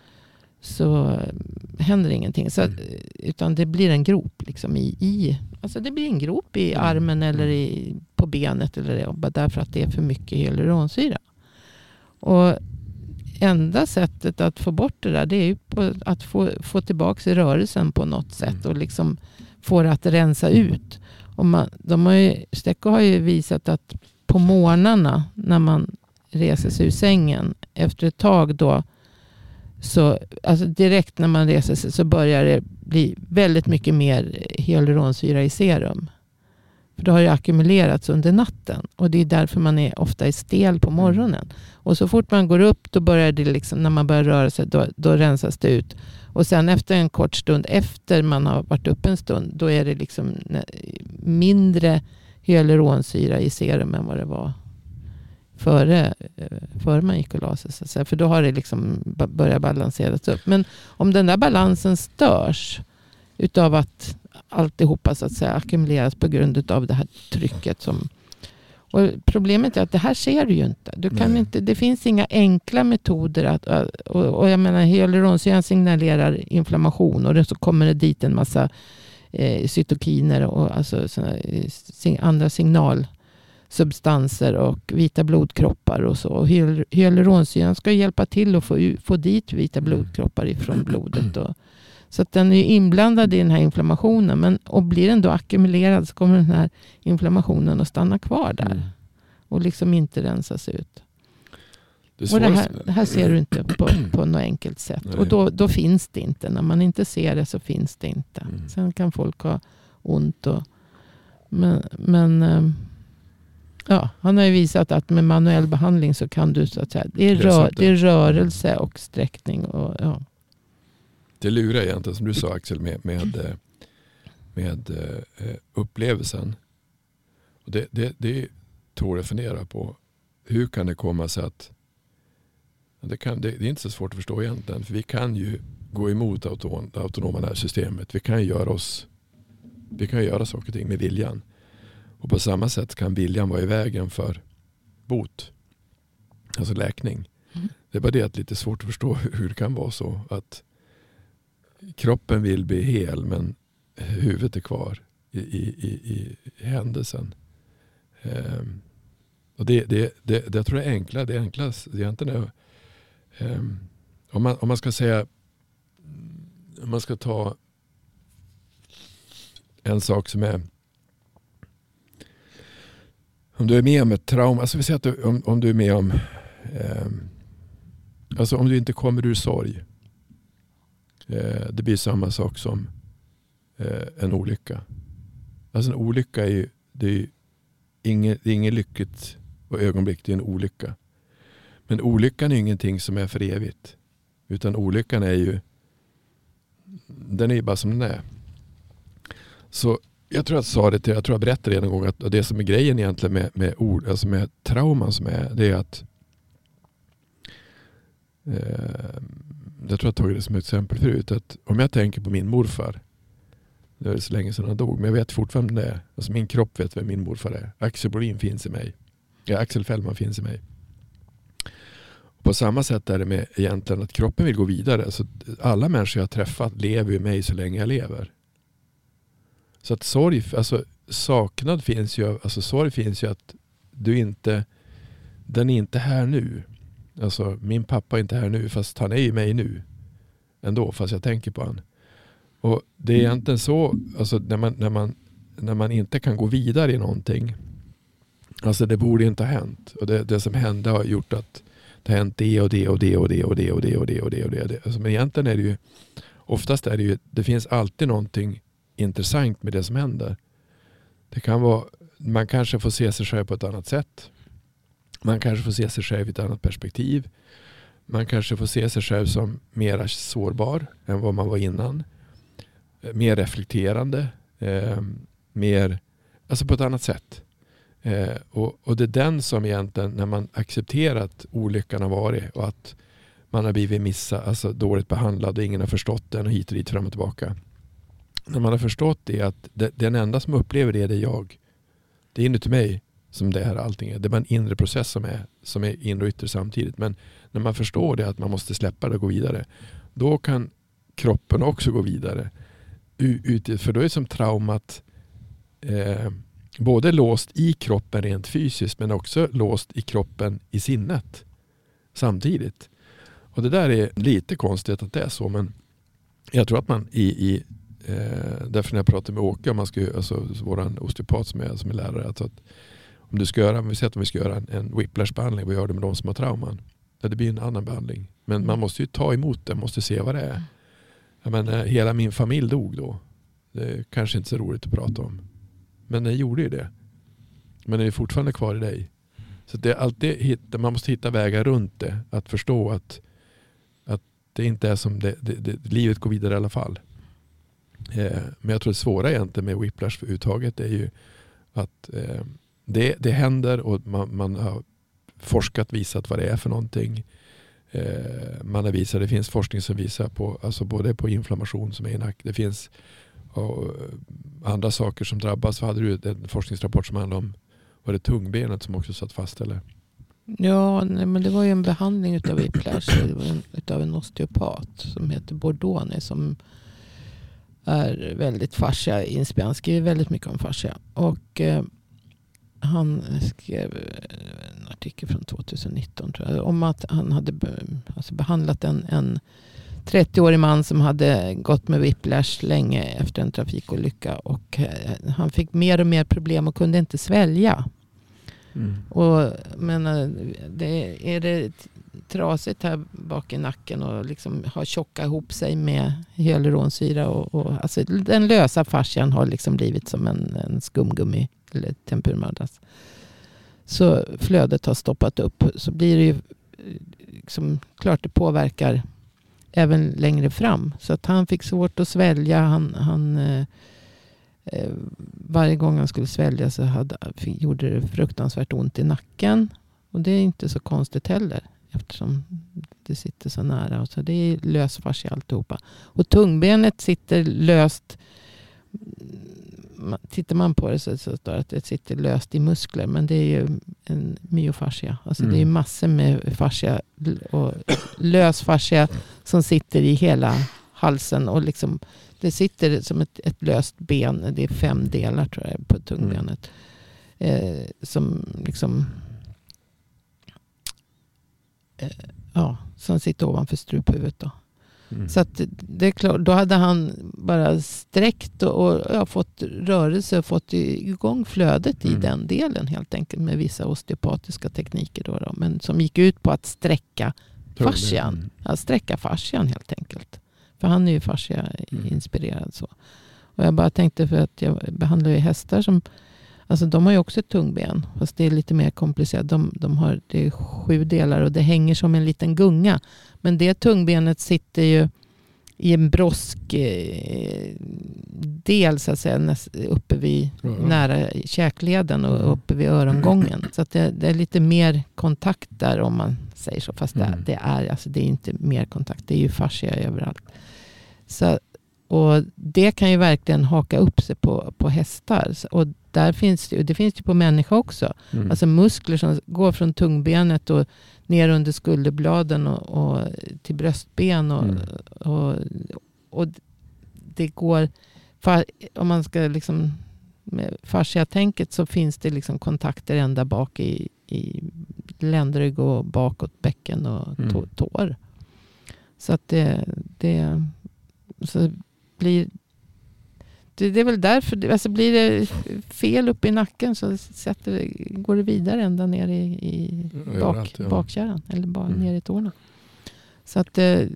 så händer ingenting. Så, utan det blir en grop liksom alltså det blir en grop i armen eller på benet, eller bara därför att det är för mycket hyaluronsyra. Och enda sättet att få bort det där, det är ju att få tillbaka i rörelsen på något sätt och liksom få det att rensa ut. Och Stecco har ju visat att på morgnarna när man reser sig ur sängen, efter ett tag då, så alltså direkt när man reser sig så börjar det bli väldigt mycket mer hyaluronsyra i serum. För det har ju ackumulerats under natten, och det är därför man ofta är stel på morgonen. Och så fort man går upp, då börjar det liksom, när man börjar röra sig, då rensas det ut. Och sen efter en kort stund, efter man har varit upp en stund, då är det liksom mindre hyaluronsyra i serum än vad det var före man gick och la sig, så att säga. För då har det liksom börjat balanseras upp. Men om den där balansen störs utav att alltihopa så att säga ackumuleras på grund av det här trycket och problemet är att det här ser du ju inte. Du kan inte, det finns inga enkla metoder och jag menar, hyaluronsyran signalerar inflammation, och så kommer det dit en massa cytokiner och alltså andra signalsubstanser och vita blodkroppar och så. Och hyaluronsyran ska hjälpa till att få dit vita blodkroppar ifrån blodet. Så att den är inblandad i den här inflammationen. Och blir den då ackumulerad, så kommer den här inflammationen att stanna kvar där. Och liksom inte rensas ut. Och det här ser du inte på något enkelt sätt. Nej. Och då finns det inte. När man inte ser det så finns det inte. Sen kan folk ha ont. Men han har ju visat att med manuell behandling så kan du så att säga. Det är rörelse och sträckning. Och, Det lurar egentligen, som du sa Axel, med upplevelsen. Och det tål att fundera på. Hur kan det komma sig att det är inte så svårt att förstå egentligen. För vi kan ju gå emot det autonoma nervsystemet. Vi kan ju göra saker och ting med viljan. Och på samma sätt kan viljan vara i vägen för bot. Alltså läkning. Det är bara det att lite svårt att förstå hur det kan vara så. Att kroppen vill bli hel men huvudet är kvar i händelsen. Och det jag tror det enklaste egentligen är om man ska säga, om man ska ta en sak som är, om du är med om ett trauma, alltså vi säger att om du är med om alltså om du inte kommer ur sorg, det blir samma sak som en olycka. Alltså en olycka är ju inget lyckligt och ögonblick, det är en olycka. Men olyckan är ingenting som är för evigt. Utan olyckan är ju, den är ju bara som den är. Så jag tror att jag berättade en gång att det som är grejen egentligen med ord, alltså med trauman som är, det är att jag tror jag tagit det som ett exempel förut, att om jag tänker på min morfar, det är så länge sedan han dog, men jag vet fortfarande det är. Alltså min kropp vet vem min morfar är. Axel Bolin finns i mig. Ja, Axel Fällman finns i mig. På samma sätt är det med egentligen att kroppen vill gå vidare. Så alla människor jag har träffat lever i mig så länge jag lever. Så att sorg, alltså saknad finns ju, alltså sorg finns ju att den är inte här nu. Alltså min pappa är inte här nu, fast han är i mig nu ändå, fast jag tänker på han. Och det är egentligen så, alltså när man inte kan gå vidare i någonting, alltså det borde inte ha hänt. Och det som hände har gjort att det har hänt det och det och det och det och det och det och det och det och det. Alltså, men egentligen är det ju, oftast är det ju, det finns alltid någonting intressant med det som händer. Det kan vara, man kanske får se sig själv på ett annat sätt. Man kanske får se sig själv i ett annat perspektiv. Man kanske får se sig själv som mer sårbar än vad man var innan. Mer reflekterande. Mer, alltså på ett annat sätt. Och det är den som egentligen, när man accepterat olyckan har varit och att man har blivit alltså dåligt behandlad och ingen har förstått den och hit och dit fram och tillbaka. När man har förstått det, att den enda som upplever det är jag. Det är inuti mig som det här allting är. Det är bara en inre process som är inre och yttre samtidigt. Men när man förstår det, att man måste släppa det och gå vidare, då kan kroppen också gå vidare. För då är det som traumat både låst i kroppen rent fysiskt, men också låst i kroppen i sinnet samtidigt. Och det där är lite konstigt att det är så, men jag tror att man därför när jag pratar med Åke, om man ska, alltså våran osteopat som är lärare, alltså att om vi ska göra en whiplash-behandling, vad gör det med de som har trauman? Ja, det blir en annan behandling. Men man måste ju ta emot det, måste se vad det är. Jag menar, hela min familj dog då. Det är kanske inte så roligt att prata om. Men den gjorde ju det. Men den är fortfarande kvar i dig. Så det är alltid man måste hitta vägar runt det. Att förstå att det inte är som livet går vidare i alla fall. Men jag tror det svåra egentligen med whiplash-uttaget är ju att det händer och man har forskat, visat vad det är för någonting. Man har visat, det finns forskning som visar på, alltså både på inflammation som är i nacken. Det finns andra saker som drabbas. Så hade du en forskningsrapport som handlade om, var det tungbenet som också satt fast eller? Ja, nej, men det var ju en behandling utav whiplash utav en osteopat som heter Bordoni, som är väldigt fascia-inspirerad. Han skriver väldigt mycket om fascia. Och han skrev en artikel från 2019 tror jag, om att han hade behandlat en 30-årig man som hade gått med whiplash länge efter en trafikolycka, och han fick mer och mer problem och kunde inte svälja. Men är det trasigt här bak i nacken och liksom har tjocka ihop sig med hyaluronsyra och alltså den lösa fascian har liksom blivit som en skumgummi eller tempurmadrass. Så flödet har stoppat upp, så blir det ju liksom, klart det påverkar även längre fram. Så att han fick svårt att svälja. Han Varje gång han skulle svälja så gjorde det fruktansvärt ont i nacken. Och det är inte så konstigt heller. Eftersom det sitter så nära. Och så det är lös fascia alltihopa. Och tungbenet sitter löst. Tittar man på det så står det att det sitter löst i muskler. Men det är ju en myofascia. Alltså det är massor med fascia. Och lös fascia som sitter i hela halsen. Och liksom, det sitter som ett löst ben. Det är 5 delar tror jag på tungbenet. Som liksom... som sitter ovanför struphuvudet då. Så att det är klart, då hade han bara sträckt och fått rörelse och fått igång flödet i den delen helt enkelt med vissa osteopatiska tekniker då, men som gick ut på att sträcka fascian. Ja, sträcka fascian helt enkelt. För han är ju fascia inspirerad så. Och jag bara tänkte för att jag behandlar ju hästar som alltså de har ju också ett tungben. Fast det är lite mer komplicerat. Det är 7 delar och det hänger som en liten gunga. Men det tungbenet sitter ju i en broskdel så att säga. Uppe vid nära käkleden och uppe vid örongången. Så att det är lite mer kontakt där om man säger så. Fast det är inte mer kontakt. Det är ju fascia överallt. Så, och det kan ju verkligen haka upp sig på hästar. Och det finns ju på människa också. Alltså muskler som går från tungbenet och ner under skulderbladen och till bröstben. Och det går... Om man ska liksom... Med fasciatänket så finns det liksom kontakter ända bak i ländrygg och bakåt bäcken och tår. Så att det så blir... Det är väl därför, alltså blir det fel upp i nacken så går det vidare ända ner i bakkärran eller bara ner i tårna. Så att nej,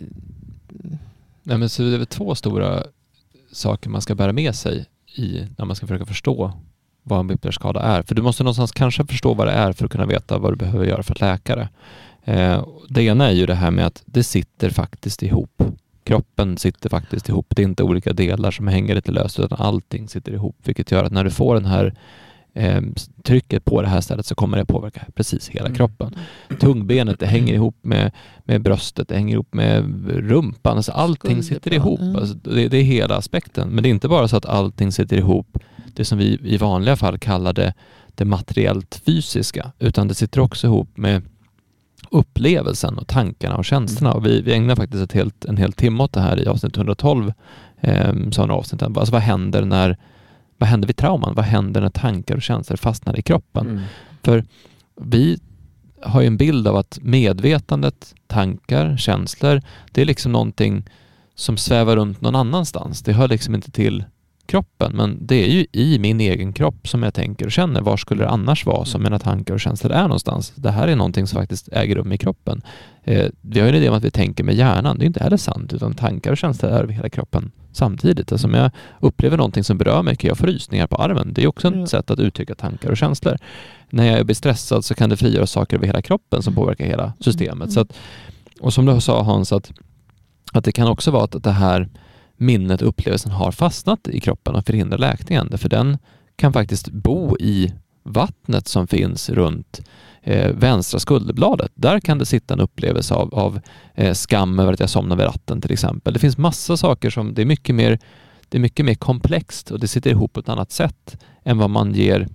men så det är väl 2 stora saker man ska bära med sig när man ska försöka förstå vad en whiplashskada är. För du måste någonstans kanske förstå vad det är för att kunna veta vad du behöver göra för att läka det. Det ena är ju det här med att det sitter faktiskt ihop. Kroppen sitter faktiskt ihop. Det är inte olika delar som hänger lite löst utan allting sitter ihop. Vilket gör att när du får den här trycket på det här stället så kommer det påverka precis hela kroppen. Tungbenet, det hänger ihop med bröstet, det hänger ihop med rumpan. Alltså allting sitter ihop. Alltså det är hela aspekten. Men det är inte bara så att allting sitter ihop. Det som vi i vanliga fall kallar det materiellt fysiska. Utan det sitter också ihop med upplevelsen och tankarna och känslorna. Och vi ägnar faktiskt en hel timme åt det här i avsnitt 112 sådana avsnitt. Alltså vad händer vid trauman? Vad händer när tankar och känslor fastnar i kroppen? För vi har ju en bild av att medvetandet, tankar, känslor, det är liksom någonting som svävar runt någon annanstans. Det hör liksom inte till kroppen, men det är ju i min egen kropp som jag tänker och känner. Var skulle det annars vara som mina tankar och känslor är någonstans? Det här är någonting som faktiskt äger rum i kroppen. Vi har ju en idé om att vi tänker med hjärnan. Det är inte heller sant, utan tankar och känslor är över hela kroppen samtidigt. Alltså om jag upplever någonting som berör mig kan jag få rysningar på armen. Det är också ett sätt att uttrycka tankar och känslor. När jag blir stressad så kan det frigöra saker över hela kroppen som påverkar hela systemet. Så att, och som du sa Hans, att det kan också vara att det här minnet och upplevelsen har fastnat i kroppen och förhindrar läkningen. För den kan faktiskt bo i vattnet som finns runt vänstra skulderbladet. Där kan det sitta en upplevelse av skam över att jag somnar vid ratten till exempel. Det finns massa saker som det är mycket mer komplext och det sitter ihop på ett annat sätt än vad man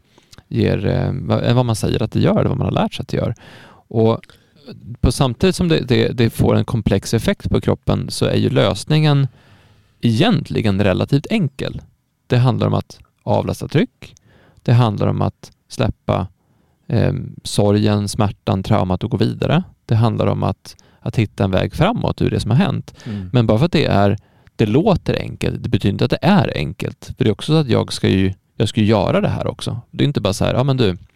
än vad man säger att det gör, eller vad man har lärt sig att det gör. Och samtidigt som det får en komplex effekt på kroppen så är ju lösningen egentligen relativt enkel. Det handlar om att avlasta tryck. Det handlar om att släppa sorgen, smärtan, traumat och gå vidare. Det handlar om att hitta en väg framåt ur det som har hänt. Men bara för att det låter enkelt, det betyder inte att det är enkelt. För det är också så att jag ska ju göra det här också. Det är inte bara så här, ja men du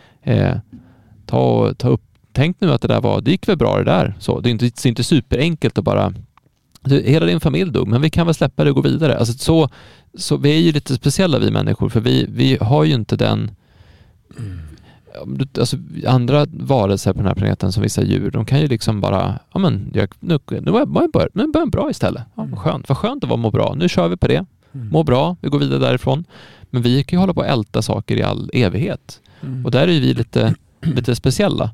ta upp, tänk nu att det gick väl bra det där. Så det är inte superenkelt att bara hela din familj dog, men vi kan väl släppa det och gå vidare. Alltså så vi är ju lite speciella vi människor, för vi har ju inte den alltså andra varelser på den här planeten som vissa djur, de kan ju liksom bara nu börjar jag bra istället. Ja, vad skönt att må bra. Nu kör vi på det. må bra, vi går vidare därifrån. Men vi kan ju hålla på att älta saker i all evighet. Och där är ju vi lite speciella.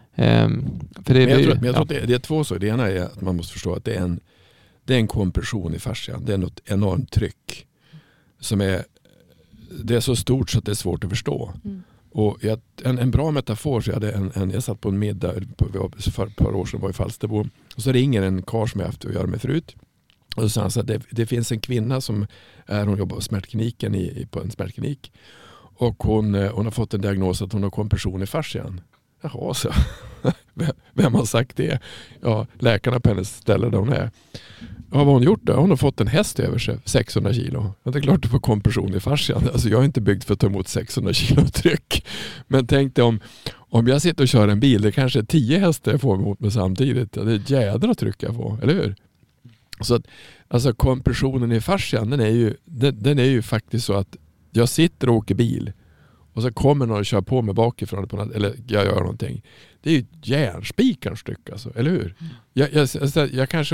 För det jag tror att det är två saker. Det ena är att man måste förstå att det är en kompression i fascian. Det är något enormt tryck som det är så stort så att det är svårt att förstå. Och en bra metafor, så jag satt på en middag för ett par år sedan, var i Falsterbo, och så ringer en karl som jag haft att göra med förut. Och så sa han så att det finns en kvinna hon jobbar på smärtkliniken på en smärtklinik, och hon har fått en diagnos att hon har kompression i fascian. Jaha, så vem har sagt det? Ja, läkarna på hennes ställe där hon är. Ja, vad har hon gjort då? Hon har fått en häst över sig, 600 kilo. Det är klart att få kompression i fascian. Alltså jag är inte byggd för att ta emot 600 kilo tryck. Men tänk dig om jag sitter och kör en bil, det kanske är 10 hästar jag får emot mig samtidigt. Det är ett jädra tryck jag får, eller hur? Så att, alltså kompressionen i fascian, den är ju faktiskt så att jag sitter och åker bil. Och så kommer någon och kör på mig bakifrån eller jag gör någonting. Det är ju ett järnspikarns styck, alltså, eller hur? Jag kanske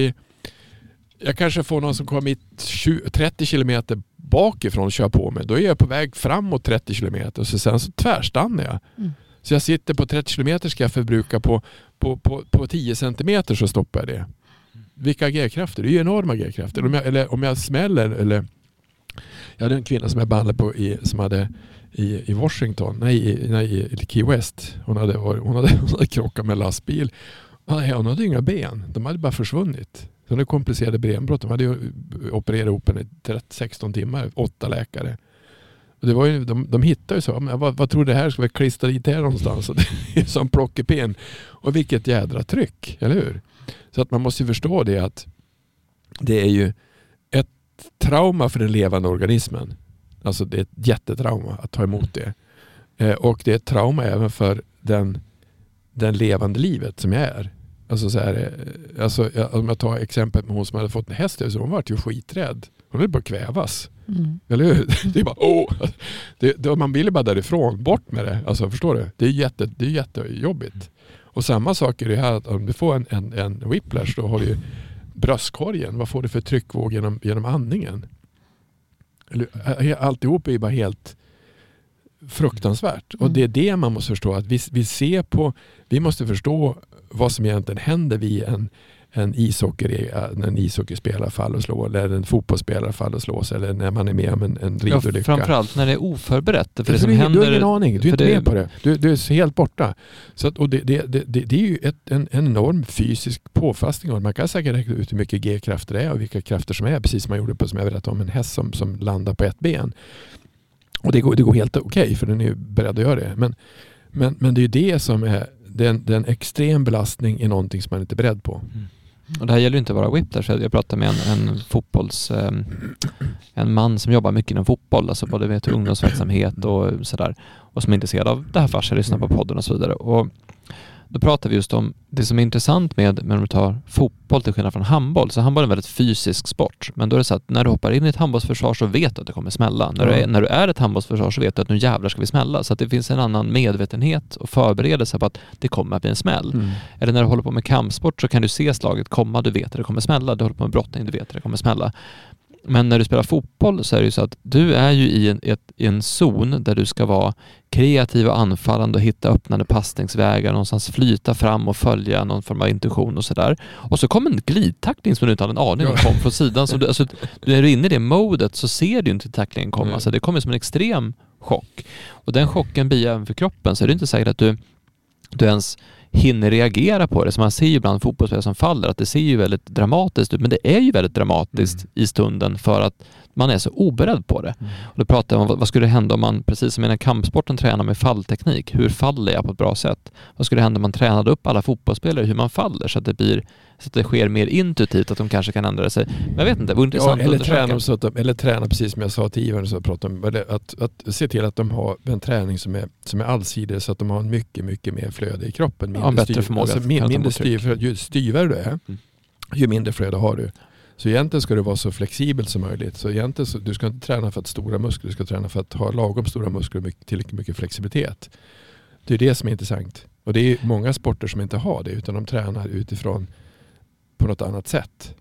jag kanske får någon som kommer 30 kilometer bakifrån och kör på mig. Då är jag på väg framåt 30 kilometer och sen så tvärstannar jag. Så jag sitter på 30 kilometer, ska jag förbruka på 10 centimeter, så stoppar jag det. Vilka G-krafter? Det är ju enorma G-krafter. Om jag smäller, eller jag hade en kvinna som jag behandlade på som hade i Washington, i Key West. Hon hade krockat med lastbil. Hon hade inga ben. De hade bara försvunnit. Hon hade komplicerade benbrott. De hade ju opererat ihop henne i 16 timmar. 8 läkare. Och det var ju, de hittade ju så. Vad tror du det här ska vi klistra dit här någonstans? Och det är som plockepinn. Och vilket jädra tryck, eller hur? Så att man måste ju förstå det, att det är ju ett trauma för den levande organismen. Alltså det är ett jättetrauma att ta emot det. Och det är ett trauma även för den levande livet som jag är. Alltså så här, om jag tar exemplet med hon som hade fått en häst, så hon var ju skiträdd. Hon ville bara kvävas. Eller hur? Det är bara, man vill bara därifrån, bort med det. Alltså förstår du? Det är jättejobbigt. Och samma sak är det här, att om du får en whiplash, då har du ju bröstkorgen. Vad får du för tryckvåg genom andningen? Alltihop är ju bara helt fruktansvärt. Och det är det man måste förstå, att vi måste förstå vad som egentligen händer vid en ishockeyspelare faller och slår, eller en fotbollsspelare faller och slås, eller när man är med om en ridolycka. Framförallt när det är oförberett. För det som händer, du har ingen aning, du är inte med på det. Du är helt borta. Så att, och det är ju en enorm fysisk påfrestning. Man kan säkert räkna ut hur mycket G-krafter det är och vilka krafter som är, precis som man gjorde som jag berättade om en häst som landar på ett ben. Och det går helt okej, för den är ju beredd att göra det. Men det är ju det som är den extrem belastning i någonting som man inte är beredd på. Och det här gäller ju inte bara whiplash. Jag pratade med en man som jobbar mycket inom fotboll, alltså både med ungdomsverksamhet och sådär, och som är intresserad av det här fascia, lyssnar på podden och så vidare. Och då pratar vi just om det som är intressant med om du tar fotboll till skillnad från handboll. Så handboll är en väldigt fysisk sport. Men då är det så att när du hoppar in i ett handbollsförsvar så vet du att det kommer smälla. När du är ett handbollsförsvar så vet du att nu jävlar ska vi smälla. Så att det finns en annan medvetenhet och förberedelse på att det kommer att bli en smäll. Eller när du håller på med kampsport så kan du se slaget komma, du vet att det kommer smälla. Du håller på med brottning, du vet att det kommer smälla. Men när du spelar fotboll så är det ju så att du är ju i en zon där du ska vara kreativ och anfallande och hitta öppnande passningsvägar, någonstans flyta fram och följa någon form av intuition och sådär. Och så kommer en glidtackling som du inte hade en aning om kom från sidan. Så när du är inne i det modet så ser du inte tacklingen komma. Så det kommer som en extrem chock. Och den chocken blir även för kroppen, så är det inte säkert att du ens hinner reagera på det. Så man ser ju ibland fotbollsspelare som faller att det ser ju väldigt dramatiskt ut, men det är ju väldigt dramatiskt i stunden för att man är så oberedd på det. Och då pratar jag om vad skulle hända om man, precis som i den kampsporten, tränar med fallteknik. Hur faller jag på ett bra sätt? Vad skulle hända om man tränade upp alla fotbollsspelare hur man faller så att det sker mer intuitivt, att de kanske kan ändra sig. Men jag vet inte, det vore intressant eller träna precis som jag sa till Ivan, så att se till att de har en träning som är allsidig, så att de har en mycket, mycket mer flöde i kroppen. Bättre förmåga. Alltså, mindre ju styvare du är, ju mindre flöde har du. Så egentligen ska du vara så flexibel som möjligt. Så egentligen du ska inte träna för att stora muskler, du ska träna för att ha lagom stora muskler och tillräckligt mycket flexibilitet. Det är det som är intressant. Och det är många sporter som inte har det, utan de tränar utifrån på något annat sätt.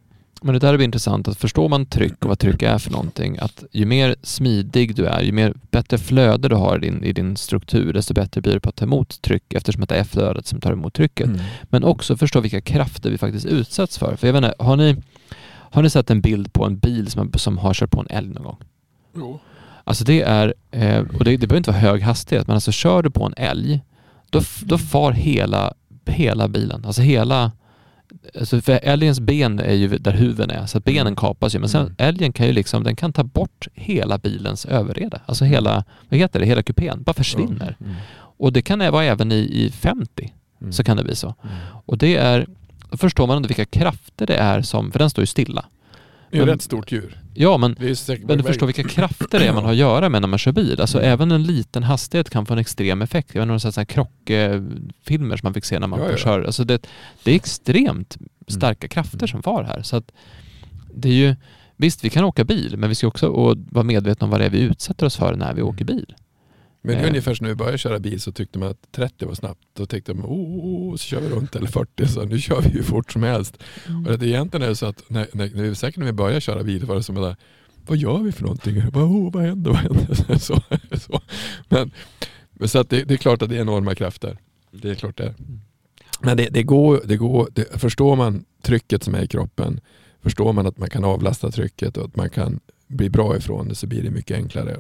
Men det där blir intressant att förstår man tryck och vad tryck är för någonting, att ju mer smidig du är, ju mer bättre flöde du har i din struktur, desto bättre blir det på att ta emot tryck, eftersom det är flödet som tar emot trycket. Men också förstå vilka krafter vi faktiskt utsätts för jag vet inte, har ni sett en bild på en bil som har kört på en älg någon gång? Jo. Alltså det är, och det behöver inte vara hög hastighet, men alltså kör du på en älg, då far hela bilen, alltså för älgens ben är ju där huven är, så att benen kapas ju, men sen älgen kan ju den kan ta bort hela bilens överrede, alltså hela kupén bara försvinner. Och det kan vara även i 50 så kan det bli så. Och det är, då förstår man vilka krafter det är som, för den står ju stilla. Det är ett rätt stort djur. Ja, men du förstår vilka krafter det är man har att göra med när man kör bil. Alltså även en liten hastighet kan få en extrem effekt. Jag vet inte om sådana krockfilmer som man fick se när man kör. Alltså det är extremt starka krafter som far här. Så att det är ju, visst vi kan åka bil, men vi ska också vara medvetna om vad det är vi utsätter oss för när vi åker bil. Men det är ungefär när vi började köra bil så tyckte man att 30 var snabbt. Då tänkte man, så kör vi runt, eller 40, så nu kör vi ju fort som helst. Och det egentligen är det så att när vi började köra bil var det som att, vad gör vi för någonting? Vad händer? så. Men så att det är klart att det är enorma krafter. Det är klart det. Men det går, förstår man trycket som är i kroppen, förstår man att man kan avlasta trycket och att man kan bli bra ifrån det, så blir det mycket enklare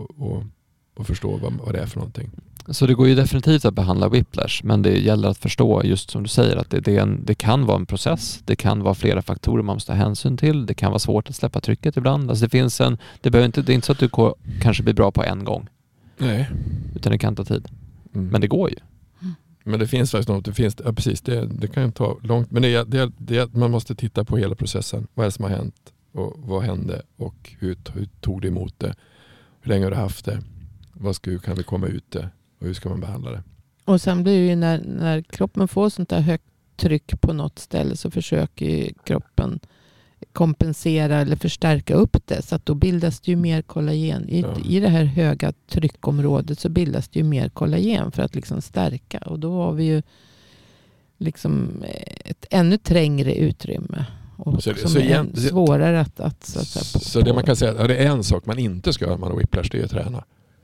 och förstå vad det är för någonting. Så det går ju definitivt att behandla whiplash, men det gäller att förstå, just som du säger, att det kan vara en process, det kan vara flera faktorer man måste ta hänsyn till, det kan vara svårt att släppa trycket ibland. Alltså det är inte så att du kanske blir bra på en gång. Nej. Utan det kan ta tid. Men det går ju. Men det finns faktiskt något, precis, det kan ju ta långt, men man måste titta på hela processen. Vad är det som har hänt och vad hände och hur tog det emot det? Hur länge har du haft det? Kan vi komma ut det? Och hur ska man behandla det? Och sen blir det ju när kroppen får sånt där högt tryck på något ställe, så försöker ju kroppen kompensera eller förstärka upp det. Så att då bildas det ju mer kollagen. I det här höga tryckområdet så bildas det ju mer kollagen för att liksom stärka. Och då har vi ju liksom ett ännu trängre utrymme. Och som är svårare att så det man kan säga, det är en sak man inte ska göra när man har whiplash, det är att träna.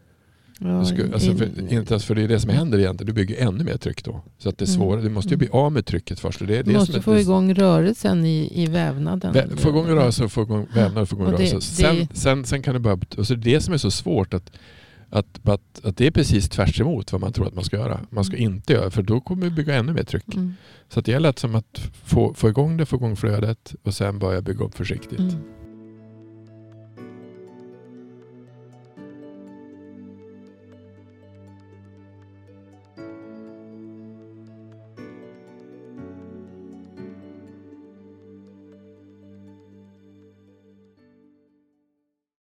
För det är det som händer egentligen. Du bygger ännu mer tryck då. Så att det är svårare. Du måste ju bli av med trycket först. Du måste få igång rörelsen i vävnaden. Få igång rörelsen, få igång vävnaden, få igång rörelsen. Sen kan du börja... Och så är det som är så svårt att det är precis tvärs emot vad man tror att man ska göra. Man ska inte göra, för då kommer vi bygga ännu mer tryck. Så att det gäller att få igång det, få igång flödet och sen börja bygga upp försiktigt.